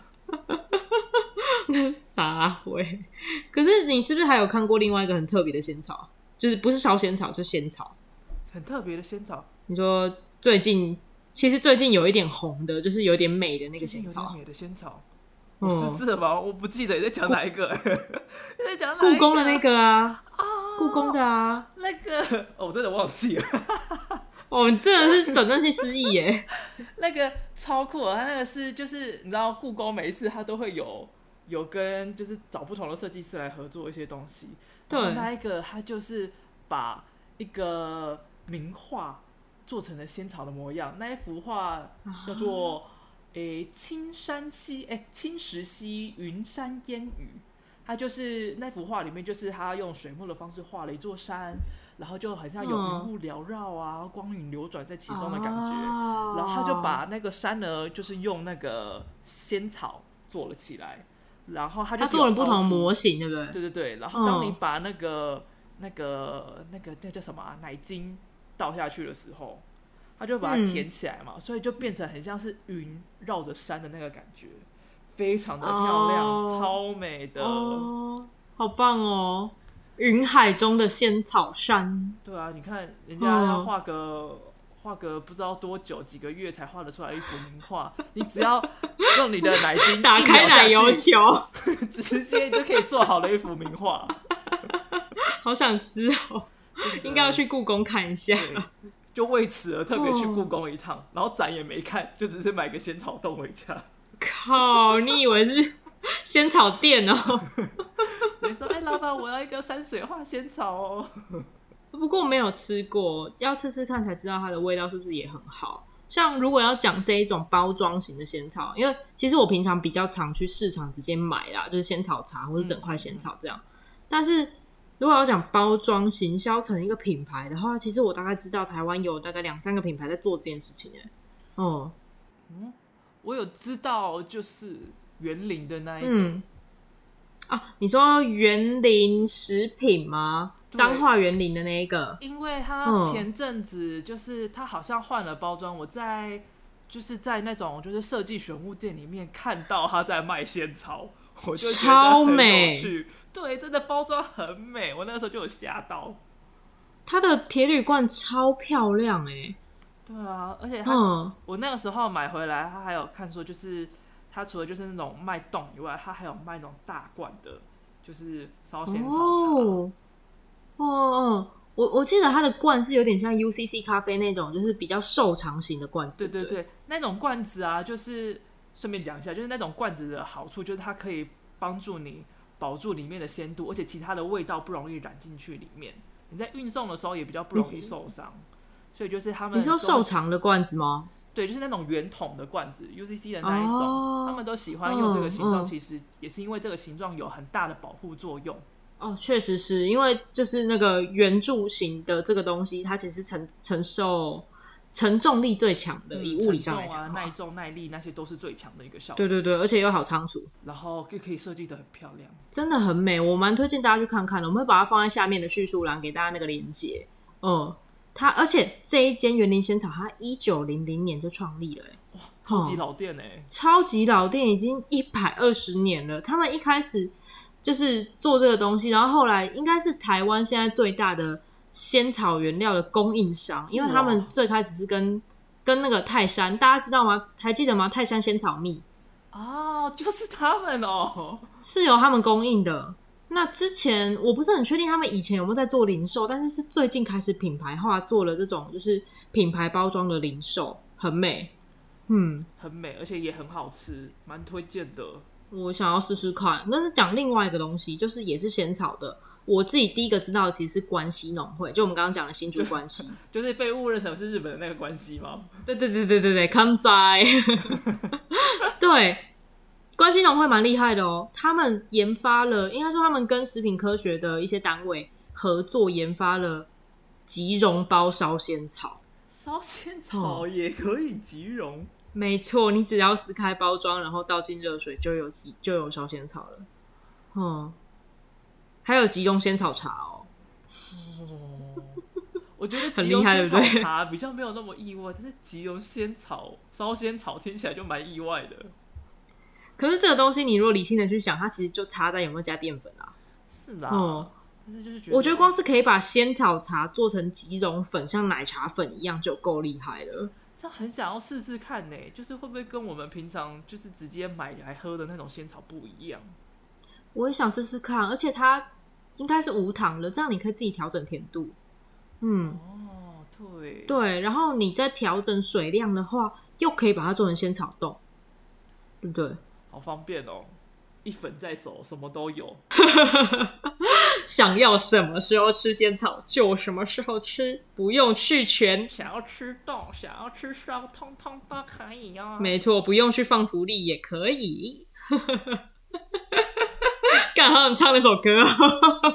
啥回？可是你是不是还有看过另外一个很特别的仙草？就是不是烧仙草，就是仙草， 很特别的仙草。 你说最近，其实最近有一点红的，就是有点美的那个仙草， 有点美的仙草。我失智了吗？我不记得你在讲哪一个、欸，你在讲哪一个？ 故宫的那个啊，啊故宫的啊， 那个、哦、我真的忘记了。 哦，你真的是短暂性失忆耶！ 那个超酷的，他那个是就是你知道，故宫每一次他都会有有跟就是找不同的设计师来合作一些东西。对，那一个他就是把一个名画做成了仙草的模样。那一幅画叫做。啊诶，青山溪，诶，青石溪云山烟雨，它就是那幅画里面，就是他用水墨的方式画了一座山，然后就很像有云雾缭绕啊，光影流转在其中的感觉，哦、然后他就把那个山呢，就是用那个仙草做了起来，然后他就他做了不同的模型，对不对？ 对对对，然后当你把那个、嗯、那个那个那叫什么、啊、奶精倒下去的时候。他就把它填起来嘛、嗯，所以就变成很像是云绕着山的那个感觉，非常的漂亮，哦、超美的、 哦，好棒哦！云海中的仙草山。 对啊，你看人家要画个画、哦、个不知道多久几个月才画得出来一幅名画，你只要用你的奶精打开奶油球， 直接就可以做好了一幅名画。 好想吃哦，应该要去故宫看一下。 就为此而特别去故宫一趟、哦，然后展也没看，就只是买个仙草冻回家。 靠，你以为是仙草店哦？ 你说，哎、欸，老板，我要一个山水画仙草哦。 不过我没有吃过，要吃吃看才知道它的味道是不是也很好。像如果要讲这一种包装型的仙草，因为其实我平常比较常去市场直接买啦，就是仙草茶或是整块仙草这样，嗯、但是。如果要讲包装行销成一个品牌的话，其实我大概知道台湾有大概两三个品牌在做这件事情耶。哦、 嗯，我有知道，就是园林的那一个、 嗯、啊，你说园林食品吗？彰化园林的那一个， 因为他前阵子就是他好像换了包装，我在就是在那种就是设计选物店里面看到他在卖仙草。我就觉得很有趣，对，真的包装很美，我那个时候就有吓到。 它的铁铝罐超漂亮哎、欸， 对啊，而且它、嗯、我那个时候买回来，他还有看说，就是它除了就是那种卖冻以外，它还有卖那种大罐的，就是烧仙草茶。哦哦哦，我我记得它的罐是有点像 U C C 咖啡那种，就是比较瘦长型的罐子。 对对对，那种罐子啊，就是。顺便讲一下，就是那种罐子的好处，就是它可以帮助你保住里面的鲜度，而且其他的味道不容易染进去里面。你在运送的时候也比较不容易受伤，所以就是他们你说瘦长的罐子吗？ 对，就是那种圆筒的罐子 ，U C C 的那一种、哦，他们都喜欢用这个形状、嗯嗯，其实也是因为这个形状有很大的保护作用。 哦，确实是因为就是那个圆柱形的这个东西，它其实承承受。承重力最强的、嗯，以物理上来讲、 啊，耐重、耐力那些都是最强的一个效果。 对对对，而且又好仓储， 然后又可以设计得很漂亮， 真的很美。我蛮推荐大家去看看的，我们会把它放在下面的叙述栏给大家那个连结。嗯，它而且这一间园林仙草，它一九零零年就创立了、欸， 哇，超级老店哎、欸嗯， 超级老店，已经一百二十年了。他们一开始就是做这个东西，然后后来应该是台湾现在最大的。仙草原料的供应商，因为他们最开始是跟跟那个泰山，大家知道吗？还记得吗？泰山仙草蜜哦，就是他们哦， 是由他们供应的。那之前我不是很确定他们以前有没有在做零售，但是是最近开始品牌化，做了这种就是品牌包装的零售，很美，嗯， 很美，而且也很好吃，蛮推荐的。 我想要试试看。那是讲另外一个东西，就是也是仙草的。我自己第一个知道的其实是关西农会，就我们刚刚讲的新竹关西， 就, 就是被误认成是日本的那个关西吗？ 对对对对对对 ，Kansai 对，关西农会蛮厉害的哦，他们研发了，应该说他们跟食品科学的一些单位合作研发了即溶包烧仙草。 烧仙草也可以即溶？ 没错，你只要撕开包装，然后倒进热水，就有就有烧仙草了。嗯。还有即溶仙草茶哦， 哦，我觉得吉隆仙草茶比较没有那么意外，但是吉隆仙草烧仙草听起来就蛮意外的。 可是这个东西，你如果理性的去想，它其实就差在有没有加淀粉啊。 是啦，嗯，但是就是觉得， 我觉得光是可以把仙草茶做成吉隆粉，像奶茶粉一样，就够厉害了。 这样很想要试试看呢，就是会不会跟我们平常就是直接买来喝的那种仙草不一样？ 我也想试试看，而且它应该是无糖的，这样你可以自己调整甜度。嗯， 哦，对对，然后你再调整水量的话，又可以把它做成仙草冻，对不对？ 好方便哦，一粉在手，什么都有。 想要什么时候吃仙草就什么时候吃，不用去全。 想要吃冻，想要吃烧，通通都可以哦。 没错，不用去放福利也可以。干，好想唱那首歌哦。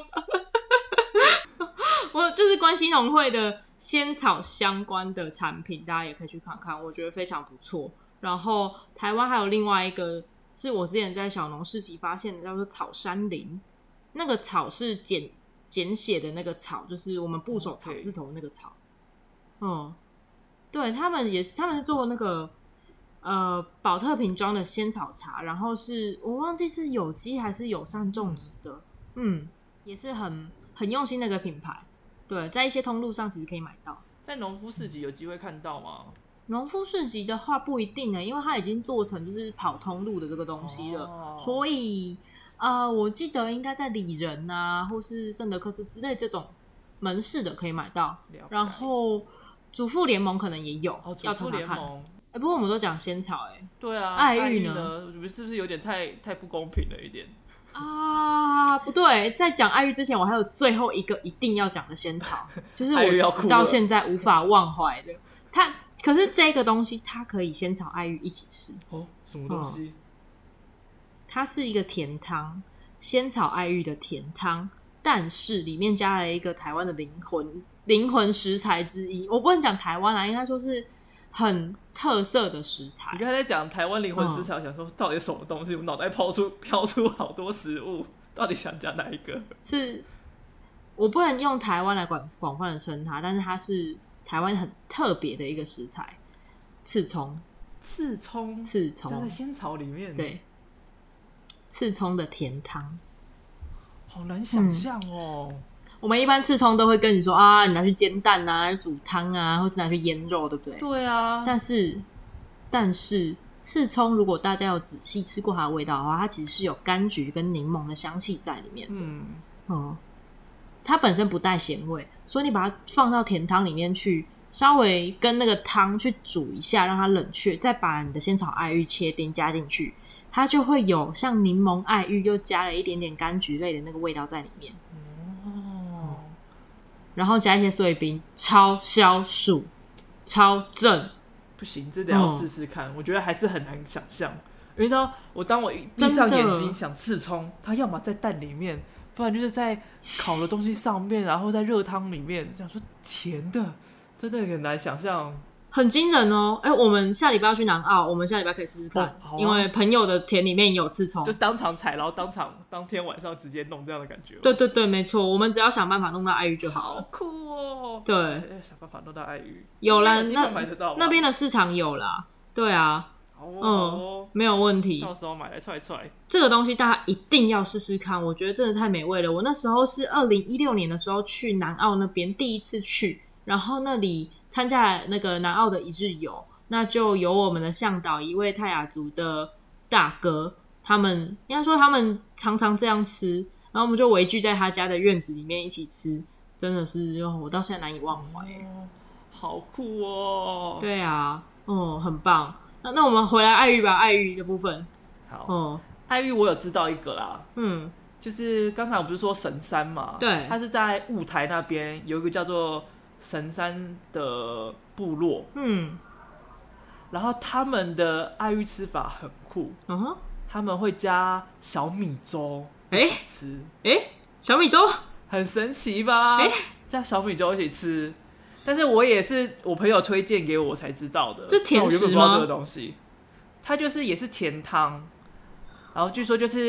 我就是关西农会的仙草相关的产品，大家也可以去看看，我觉得非常不错。然后台湾还有另外一个是我之前在小农市集发现的，叫做草山林。那个草是简简写的那个草，就是我们部首草字头那个草。嗯，对，他们也是，他们是做那个呃宝特瓶装的仙草茶，然后是我忘记是有机还是友善种植的，嗯，也是很很用心的一个品牌。对，在一些通路上其实可以买到。 在农夫市集有机会看到吗？ 农夫市集的话不一定呢，因为它已经做成就是跑通路的这个东西了，哦、所以呃，我记得应该在里仁啊，或是圣德克斯之类这种门市的可以买到。然后主妇联盟可能也有， 哦、 要查查看。哎、欸，不过我们都讲仙草、欸，哎， 对啊， 爱玉呢，是不是有点太太不公平了一点？ 啊，不对，在讲爱玉之前，我还有最后一个一定要讲的仙草，就是我直到现在无法忘怀的。它可是这个东西，它可以仙草爱玉一起吃哦。什么东西？嗯、 它是一个甜汤，仙草爱玉的甜汤，但是里面加了一个台湾的灵魂灵魂食材之一。我不能讲台湾啦，应该说是很特色的食材。 你刚才在讲台湾灵魂食材，我、嗯、想说到底什么东西？我脑袋抛出飘出好多食物，到底想讲哪一个？ 是我不能用台湾来广广泛的称它，但是它是台湾很特别的一个食材，刺葱。 刺葱， 刺葱在仙草里面， 对，刺葱的甜汤， 好难想象哦。嗯， 我们一般刺葱都会跟你说啊，你拿去煎蛋啊，煮汤啊，或是拿去腌肉，对不对？ 对啊。 但是，但是刺葱，如果大家有仔细吃过它的味道的话，它其实是有柑橘跟柠檬的香气在里面的。嗯嗯，它本身不带咸味，所以你把它放到甜汤里面去，稍微跟那个汤去煮一下，让它冷却，再把你的仙草爱玉切丁加进去，它就会有像柠檬爱玉又加了一点点柑橘类的那个味道在里面。哦，然后加一些碎冰，超消暑，超正。 不行，这得要试试看。嗯，我觉得还是很难想象，因为当我当我闭上眼睛想刺葱，它要么在蛋里面，不然就是在烤的东西上面，然后在热汤里面，想说甜的，真的很难想象。 很惊人哦！哎、欸，我们下礼拜要去南澳，我们下礼拜可以试试看、哦啊，因为朋友的田里面有刺葱， 就当场采，然后当场当天晚上直接弄这样的感觉。 对对对，没错，我们只要想办法弄到爱玉就好了。 好酷哦！ 对， 欸、想办法弄到爱玉， 有啦， 那买得到那边的市场有啦。对啊， 哦、 嗯，没有问题。 到时候买来踹踹。 这个东西大家一定要试试看，我觉得真的太美味了。我那时候是二零一六年的时候去南澳那边第一次去，然后那里参加那个南澳的一日游，那就有我们的向导一位泰雅族的大哥，他们应该说他们常常这样吃，然后我们就围聚在他家的院子里面一起吃，真的是我到现在难以忘怀、 哦、好酷哦。 对啊，哦、嗯，很棒。那那我们回来爱玉吧，爱玉的部分。 好，嗯，爱玉我有知道一个啦，嗯，就是刚才我不是说神山嘛， 对， 它是在雾台那边有一个叫做神山的部落，嗯，然后他们的爱玉吃法很酷，嗯哼，他们会加小米粥一起吃， 哎、欸欸，小米粥很神奇吧？哎、欸，加小米粥一起吃，但是我也是我朋友推荐给我才知道的， 这甜食吗？ 我原本不知道这个东西，它就是也是甜汤，然后据说就是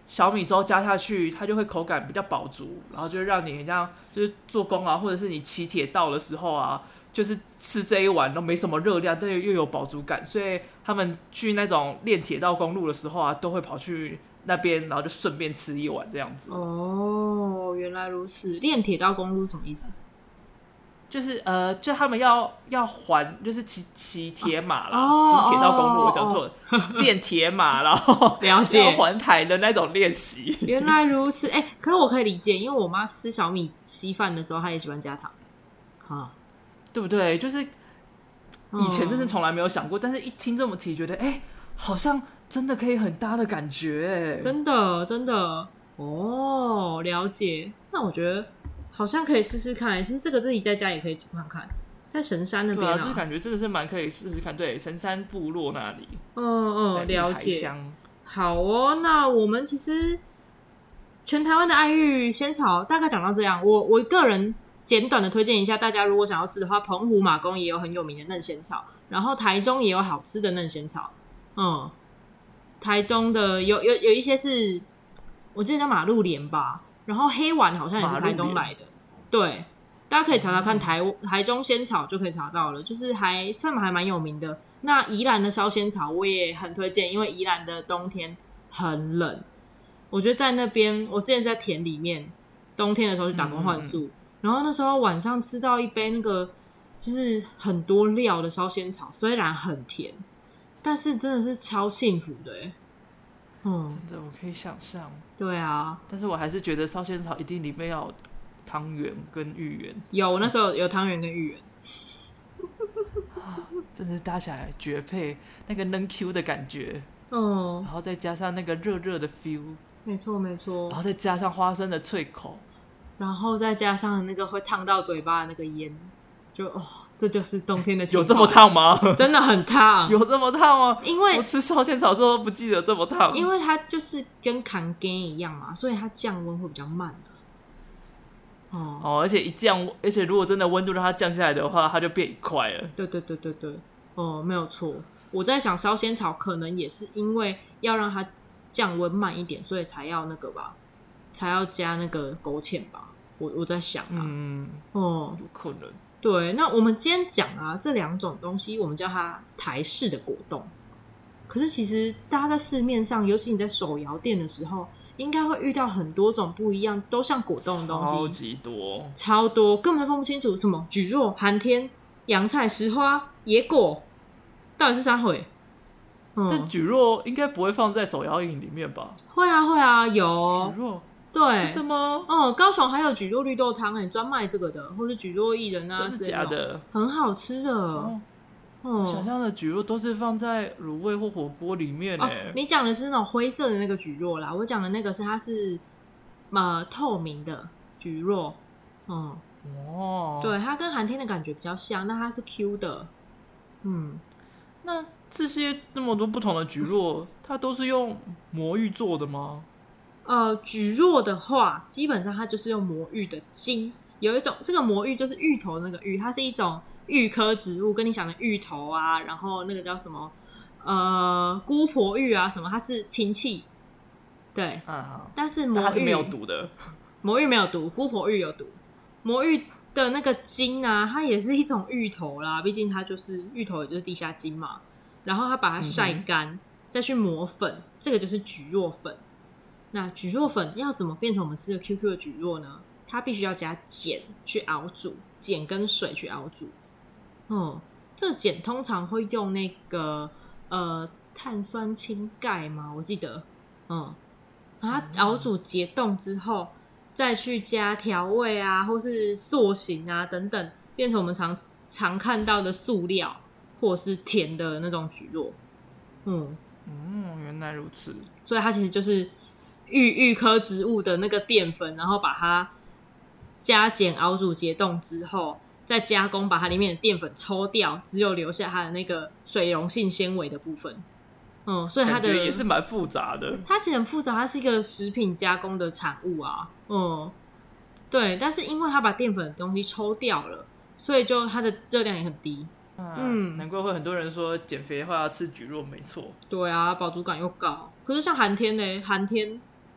小米粥加下去，它就会口感比较饱足，然后就让你这样就是做工啊，或者是你骑铁道的时候啊，就是吃这一碗都没什么热量，但又又有饱足感，所以他们去那种练铁道公路的时候啊，都会跑去那边，然后就顺便吃一碗这样子。 哦，原来如此。练铁道公路什么意思？ 就是呃，就他们要要环，就是骑骑铁马啦， 哦、 不是铁道公路， 哦、 我讲错了，练铁马，然后了解要环台的那种练习。 原来如此，哎、欸，可是我可以理解，因为我妈吃小米稀饭的时候，她也喜欢加糖，哈， 对不对？就是以前真是从来没有想过，嗯、但是一听这么提，觉得哎、欸，好像真的可以很搭的感觉，哎， 真的真的哦，了解。那我觉得好像可以试试看，其实这个自己在家也可以煮看看，在神山那边啊， 对啊，这感觉真的是蛮可以试试看。对，神山部落那里， 嗯嗯，了解。 香好哦，那我们其实全台湾的爱玉仙草大概讲到这样。我我个人简短的推荐一下，大家如果想要吃的话，澎湖马公也有很有名的嫩仙草，然后台中也有好吃的嫩仙草。嗯，台中的有有有一些是我记得叫马路莲吧，然后黑丸好像也是台中来的。对，大家可以查查看台台中仙草就可以查到了，就是还算还蛮有名的。那宜兰的烧仙草我也很推荐，因为宜兰的冬天很冷，我觉得在那边，我之前是在田里面，冬天的时候去打工换宿、嗯，然后那时候晚上吃到一杯那个就是很多料的烧仙草，虽然很甜，但是真的是超幸福的耶。嗯， 真的我可以想象。 对啊， 但是我还是觉得烧仙草一定里面要有汤圆跟芋圆。 有，我那时候有汤圆跟芋圆。 真的是搭起来绝配，那个嫩 Q 的感觉， 嗯， 然后再加上那个热热的 feel， 没错没错， 然后再加上花生的脆口， 然后再加上那个会烫到嘴巴的那个烟，就哦，这就是冬天的情况。 有这么烫吗？ 真的很烫， 有这么烫吗？ 因为我吃烧仙草的时候不记得这么烫， 因为它就是跟扛根一样嘛，所以它降温会比较慢、啊。 哦, 哦，而且一降，而且如果真的温度让它降下来的话，它就变一块了。 对对对对对，哦，没有错。我在想烧仙草可能也是因为要让它降温慢一点，所以才要那个吧，才要加那个勾芡吧。我我在想啊， 嗯， 哦， 有可能。 对，那我们今天讲啊，这两种东西，我们叫它台式的果冻。可是其实大家在市面上，尤其你在手摇店的时候，应该会遇到很多种不一样，都像果冻的东西， 超级多， 超多，根本分不清楚什么蒟蒻、寒天、洋菜、石花、野果，到底是啥回？ 嗯、但蒟蒻应该不会放在手摇饮里面吧？ 会啊，会啊，有蒟蒻， 对， 真的吗？ 哦，高雄还有蒟蒻绿豆汤，哎，专卖这个的，或是蒟蒻薏仁啊， 真的假的？ 很好吃的。哦我想象的蒟蒻都是放在卤味或火锅里面、欸哦、你讲的是那种灰色的那个蒟蒻啦，我讲的那个是它是呃透明的蒟蒻，嗯， 哦， 对，它跟寒天的感觉比较像，那它是 Q 的，嗯， 那这些那么多不同的蒟蒻，它都是用魔芋做的吗？ 呃，蒟蒻的话，基本上它就是用魔芋的茎，有一种这个魔芋就是芋头的那个芋，它是一种芋科植物，跟你想的芋头啊，然后那个叫什么呃姑婆芋啊什么，它是亲戚，对， 啊， 但是魔芋它是没有毒的， 魔芋没有毒，姑婆芋有毒。魔芋的那个茎啊，它也是一种芋头啦，毕竟它就是芋头，也就是地下茎嘛。然后它把它晒干、嗯，再去磨粉，这个就是蒟蒻粉。那蒟蒻粉要怎么变成我们吃的 Q Q 的蒟蒻呢？它必须要加碱去熬煮，碱跟水去熬煮。嗯，这个碱通常会用那个呃碳酸氢钙嘛，我记得，嗯，把它熬煮结冻之后，再去加调味啊，或是塑形啊等等，变成我们常常看到的塑料，或是甜的那种蒟蒻。嗯嗯，原来如此。 所以它其实就是芋芋科植物的那个淀粉，然后把它加碱熬煮结冻之后，再加工把它里面的淀粉抽掉，只有留下它的那个水溶性纤维的部分。嗯，所以它的感觉也是蛮复杂的。 它其实很复杂，它是一个食品加工的产物啊。嗯，对，但是因为它把淀粉的东西抽掉了，所以就它的热量也很低。 嗯，嗯，难怪会很多人说减肥的话要吃蒟蒻，没错。 对啊，饱足感又高。可是像寒天呢？寒天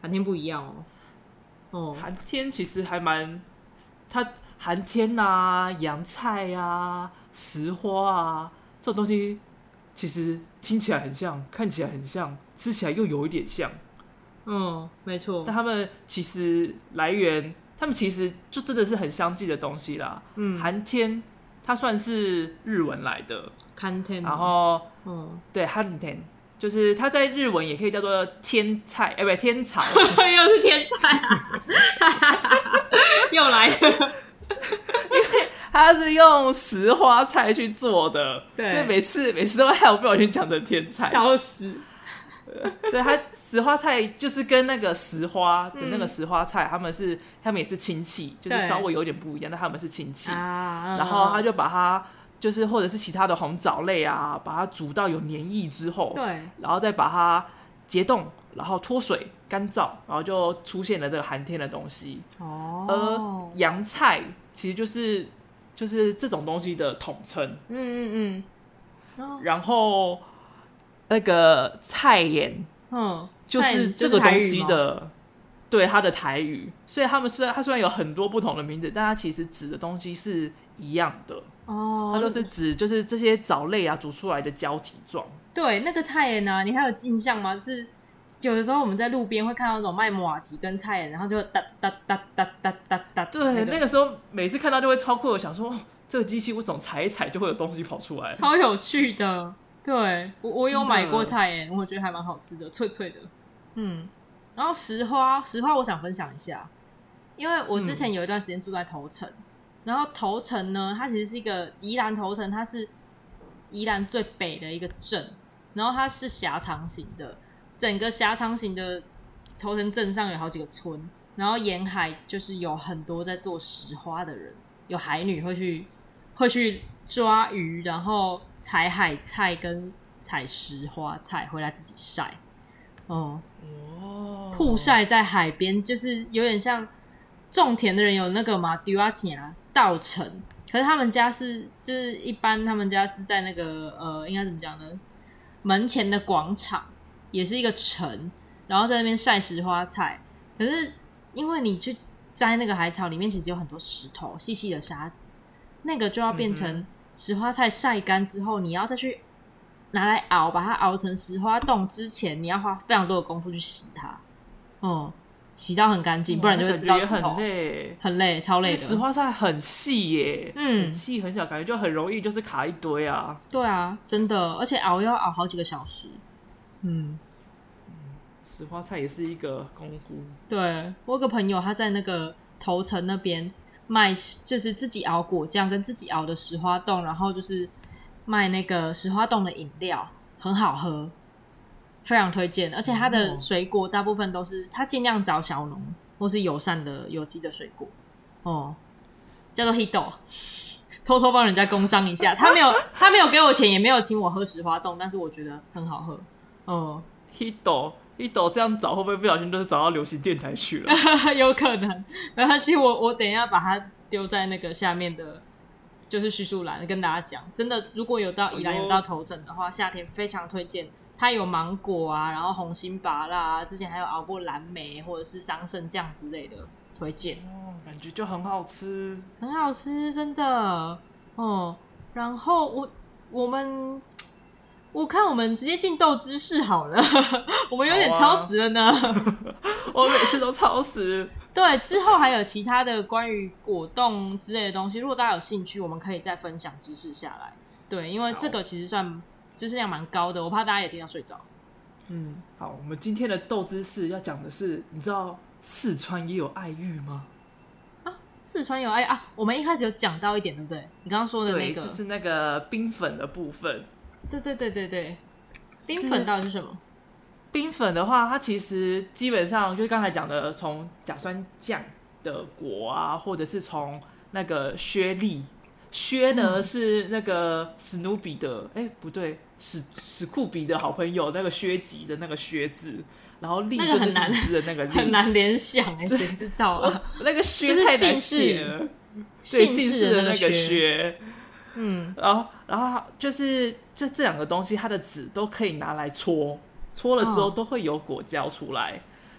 寒天不一样哦。哦， 寒天其实还蛮，它寒天啊、洋菜啊、石花啊这种东西，其实听起来很像，看起来很像，吃起来又有一点像。 嗯，没错。 但他们其实来源，他们其实就真的是很相近的东西啦。嗯，寒天它算是日文来的， 寒天， 然后， 嗯， 对，寒天。就是它在日文也可以叫做天菜，哎、欸，不，天草， 又是天菜啊，又来了， 因为它是用石花菜去做的，对，所以每次每次都会害我不小心讲成天菜， 笑死。 对，它石花菜就是跟那个石花的那个石花菜，他、嗯、们是他们也是亲戚，就是稍微有点不一样，但他们是亲戚，啊、然后他就把它。就是或者是其他的红藻类啊，把它煮到有黏液之后， 对， 然后再把它解冻，然后脱水干燥，然后就出现了这个寒天的东西。哦，而洋菜其实就是就是这种东西的统称。嗯嗯嗯。哦、然后那个菜盐，嗯，就是这个东西的，对它的台语。所以他们虽然它虽然有很多不同的名字，但它其实指的东西是一样的。哦，它就是指就是这些藻类啊煮出来的胶体状。 对，那个菜盐啊，你还有印象吗？是有的时候我们在路边会看到那种卖麻糬跟菜盐，然后就哒哒哒哒哒哒哒。 对、那個，那个时候每次看到就会超酷，我想说这个机器我总踩一踩就会有东西跑出来， 超有趣的。对，我我有买过菜盐，我觉得还蛮好吃的，脆脆的。嗯，然后石花，石花我想分享一下，因为我之前有一段时间住在头城。嗯，然后头城呢，它其实是一个宜兰头城，它是宜兰最北的一个镇，然后它是狭长型的，整个狭长型的头城镇上有好几个村，然后沿海就是有很多在做石花的人，有海女会去会去抓鱼，然后采海菜跟采石花菜回来自己晒，哦、嗯，曝晒在海边，就是有点像种田的人有那个嘛丢啊钱啊。稻城，可是他们家是就是一般他们家是在那个呃应该怎么讲呢？门前的广场也是一个城，然后在那边晒石花菜。可是因为你去摘那个海草，里面其实有很多石头、细细的沙子，那个就要变成石花菜晒干之后，你要再去拿来熬，把它熬成石花冻之前，你要花非常多的功夫去洗它。哦、嗯。洗到很干净，不然就会吃到石头。 很累， 很累，超累的。 石花菜很细耶，嗯，很细很小，感觉就很容易就是卡一堆啊。 对啊，真的，而且熬要熬好几个小时。嗯， 石花菜也是一个功夫。 对，我有个朋友他在那个头城那边卖，就是自己熬果酱跟自己熬的石花冻，然后就是卖那个石花冻的饮料，很好喝。非常推荐，而且它的水果大部分都是他尽量找小农或是友善的有机的水果哦，叫做 Hito， 偷偷帮人家工商一下，他没有他没有给我钱，也没有请我喝石花冻，但是我觉得很好喝哦。 Hito Hito 这样找会不会不小心就是找到流行电台去了？ 有可能，没关系，我我等一下把它丢在那个下面的，就是叙述栏跟大家讲。真的，如果有到宜兰有到头城的话，夏天非常推荐。它有芒果啊，然后红心芭乐啊，之前还有熬过蓝莓或者是桑葚酱之类的，推荐。 哦，感觉就很好吃， 很好吃，真的哦。然后我我们我看我们直接进豆知识好了，我们有点超时了呢。啊、 我每次都超时。 对，之后还有其他的关于果冻之类的东西，如果大家有兴趣，我们可以再分享知识下来。对，因为这个其实算。知识量蛮高的，我怕大家也听到睡着。 嗯，好，我们今天的豆知识要讲的是，你知道四川也有爱玉吗？ 啊，四川有爱啊！我们一开始有讲到一点，对不对？你刚刚说的那个， 对，就是那个冰粉的部分。 对对对对对，冰粉到底是什么？ 冰粉的话，它其实基本上就是刚才讲的，从甲酸酱的果啊，或者是从那个薛粒。薛呢、嗯、是那个史努比的，哎、欸、不对，史史库比的好朋友，那个薛吉的那个薛字，然后粒就是荔枝的那个粒， 很难联想哎，谁知道啊？ 那个薛太难写了，对，姓氏的那个薛，嗯，然后然后就是这这两个东西，它的籽都可以拿来搓，搓了之后都会有果胶出来。哦、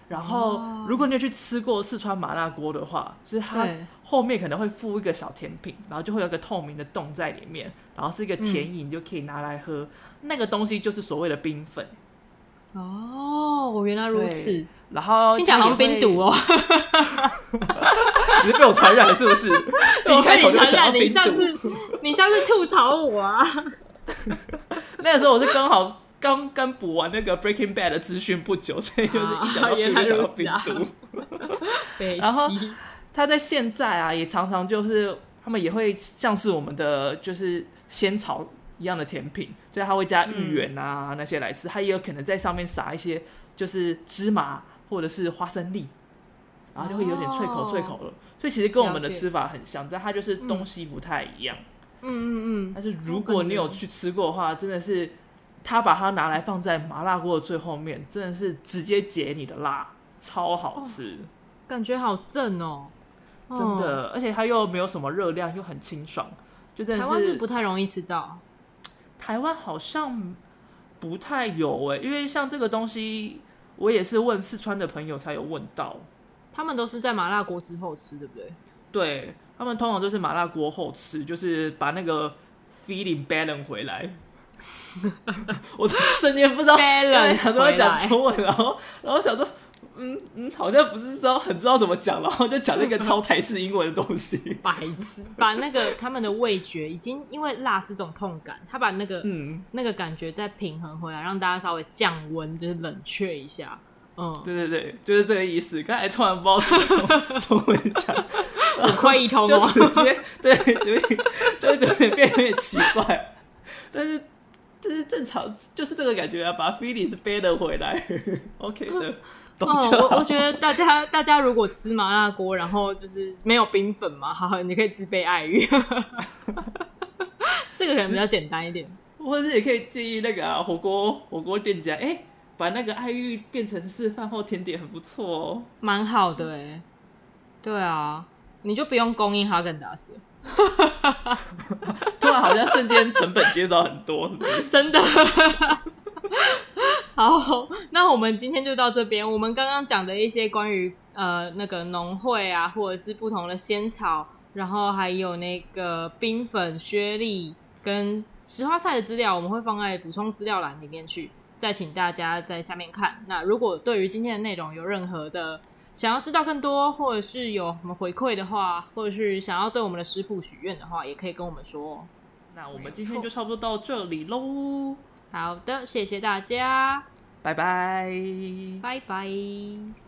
然后如果你有去吃过四川麻辣锅的话，就是它后面可能会附一个小甜品，然后就会有一个透明的洞在里面，然后是一个甜饮，就可以拿来喝、嗯、那个东西就是所谓的冰粉。 哦，原来如此。 然后听起来好像冰毒哦。 你是被我传染了是不是？ 我被你传染，你上次你上次吐槽我啊。 那个时候我是刚好刚刚补完那个 Breaking Bad 的资讯不久，所以就是一想到冰就想到冰毒。 啊、 然后他在现在啊，也常常就是他们也会像是我们的就是仙草一样的甜品，就是他会加芋圆啊、嗯、那些来吃，他也有可能在上面撒一些就是芝麻或者是花生粒，然后就会有点脆口脆口了、哦、所以其实跟我们的吃法很像，但它就是东西不太一样。嗯嗯嗯。但是如果你有去吃过的话，真的是他把它拿来放在麻辣锅的最后面，真的是直接解你的辣，超好吃、哦、 感觉好正哦， 真的、哦、而且它又没有什么热量，又很清爽，就真的是台湾是不太容易吃到。 台湾好像不太有耶，因为像这个东西我也是问四川的朋友才有问到， 他们都是在麻辣锅之后吃对不对？ 对，他们通常都是麻辣锅后吃，就是把那个 feeling balance 回来。我瞬间不知道 balance 想说讲中文，然后然后想说嗯嗯，好像不是知道很知道怎么讲，然后就讲那个超台式英文的东西。 白痴，把那个他们的味觉已经因为辣是种痛感，他把那个嗯那个感觉再平衡回来，让大家稍微降温，就是冷却一下。嗯，对对对，就是这个意思。刚才突然不知道怎么中文讲， 五块一通哦， 就直接对，有点就有点变有点奇怪，但是这是正常，就是这个感觉啊，把 feeling 背了回来 ，OK 的。 哦，我我觉得大家大家如果吃麻辣锅，然后就是没有冰粉嘛，好，你可以自备爱玉，这个可能比较简单一点。 或者是也可以建议那个、啊、火锅火锅店家，哎、欸，把那个爱玉变成是饭后甜点，很不错哦， 蛮好的哎、欸。对啊，你就不用供应哈根达斯了。 突然好像瞬间成本减少很多，是不是？ 真的。好，那我们今天就到这边。我们刚刚讲的一些关于呃那个农会啊，或者是不同的仙草，然后还有那个冰粉、薛粒跟石花菜的资料，我们会放在补充资料栏里面去，再请大家在下面看。那如果对于今天的内容有任何的想要知道更多，或者是有什么回馈的话，或者是想要对我们的食谱许愿的话，也可以跟我们说。 那我们今天就差不多到这里咯。 好的，谢谢大家， 拜拜， 拜拜。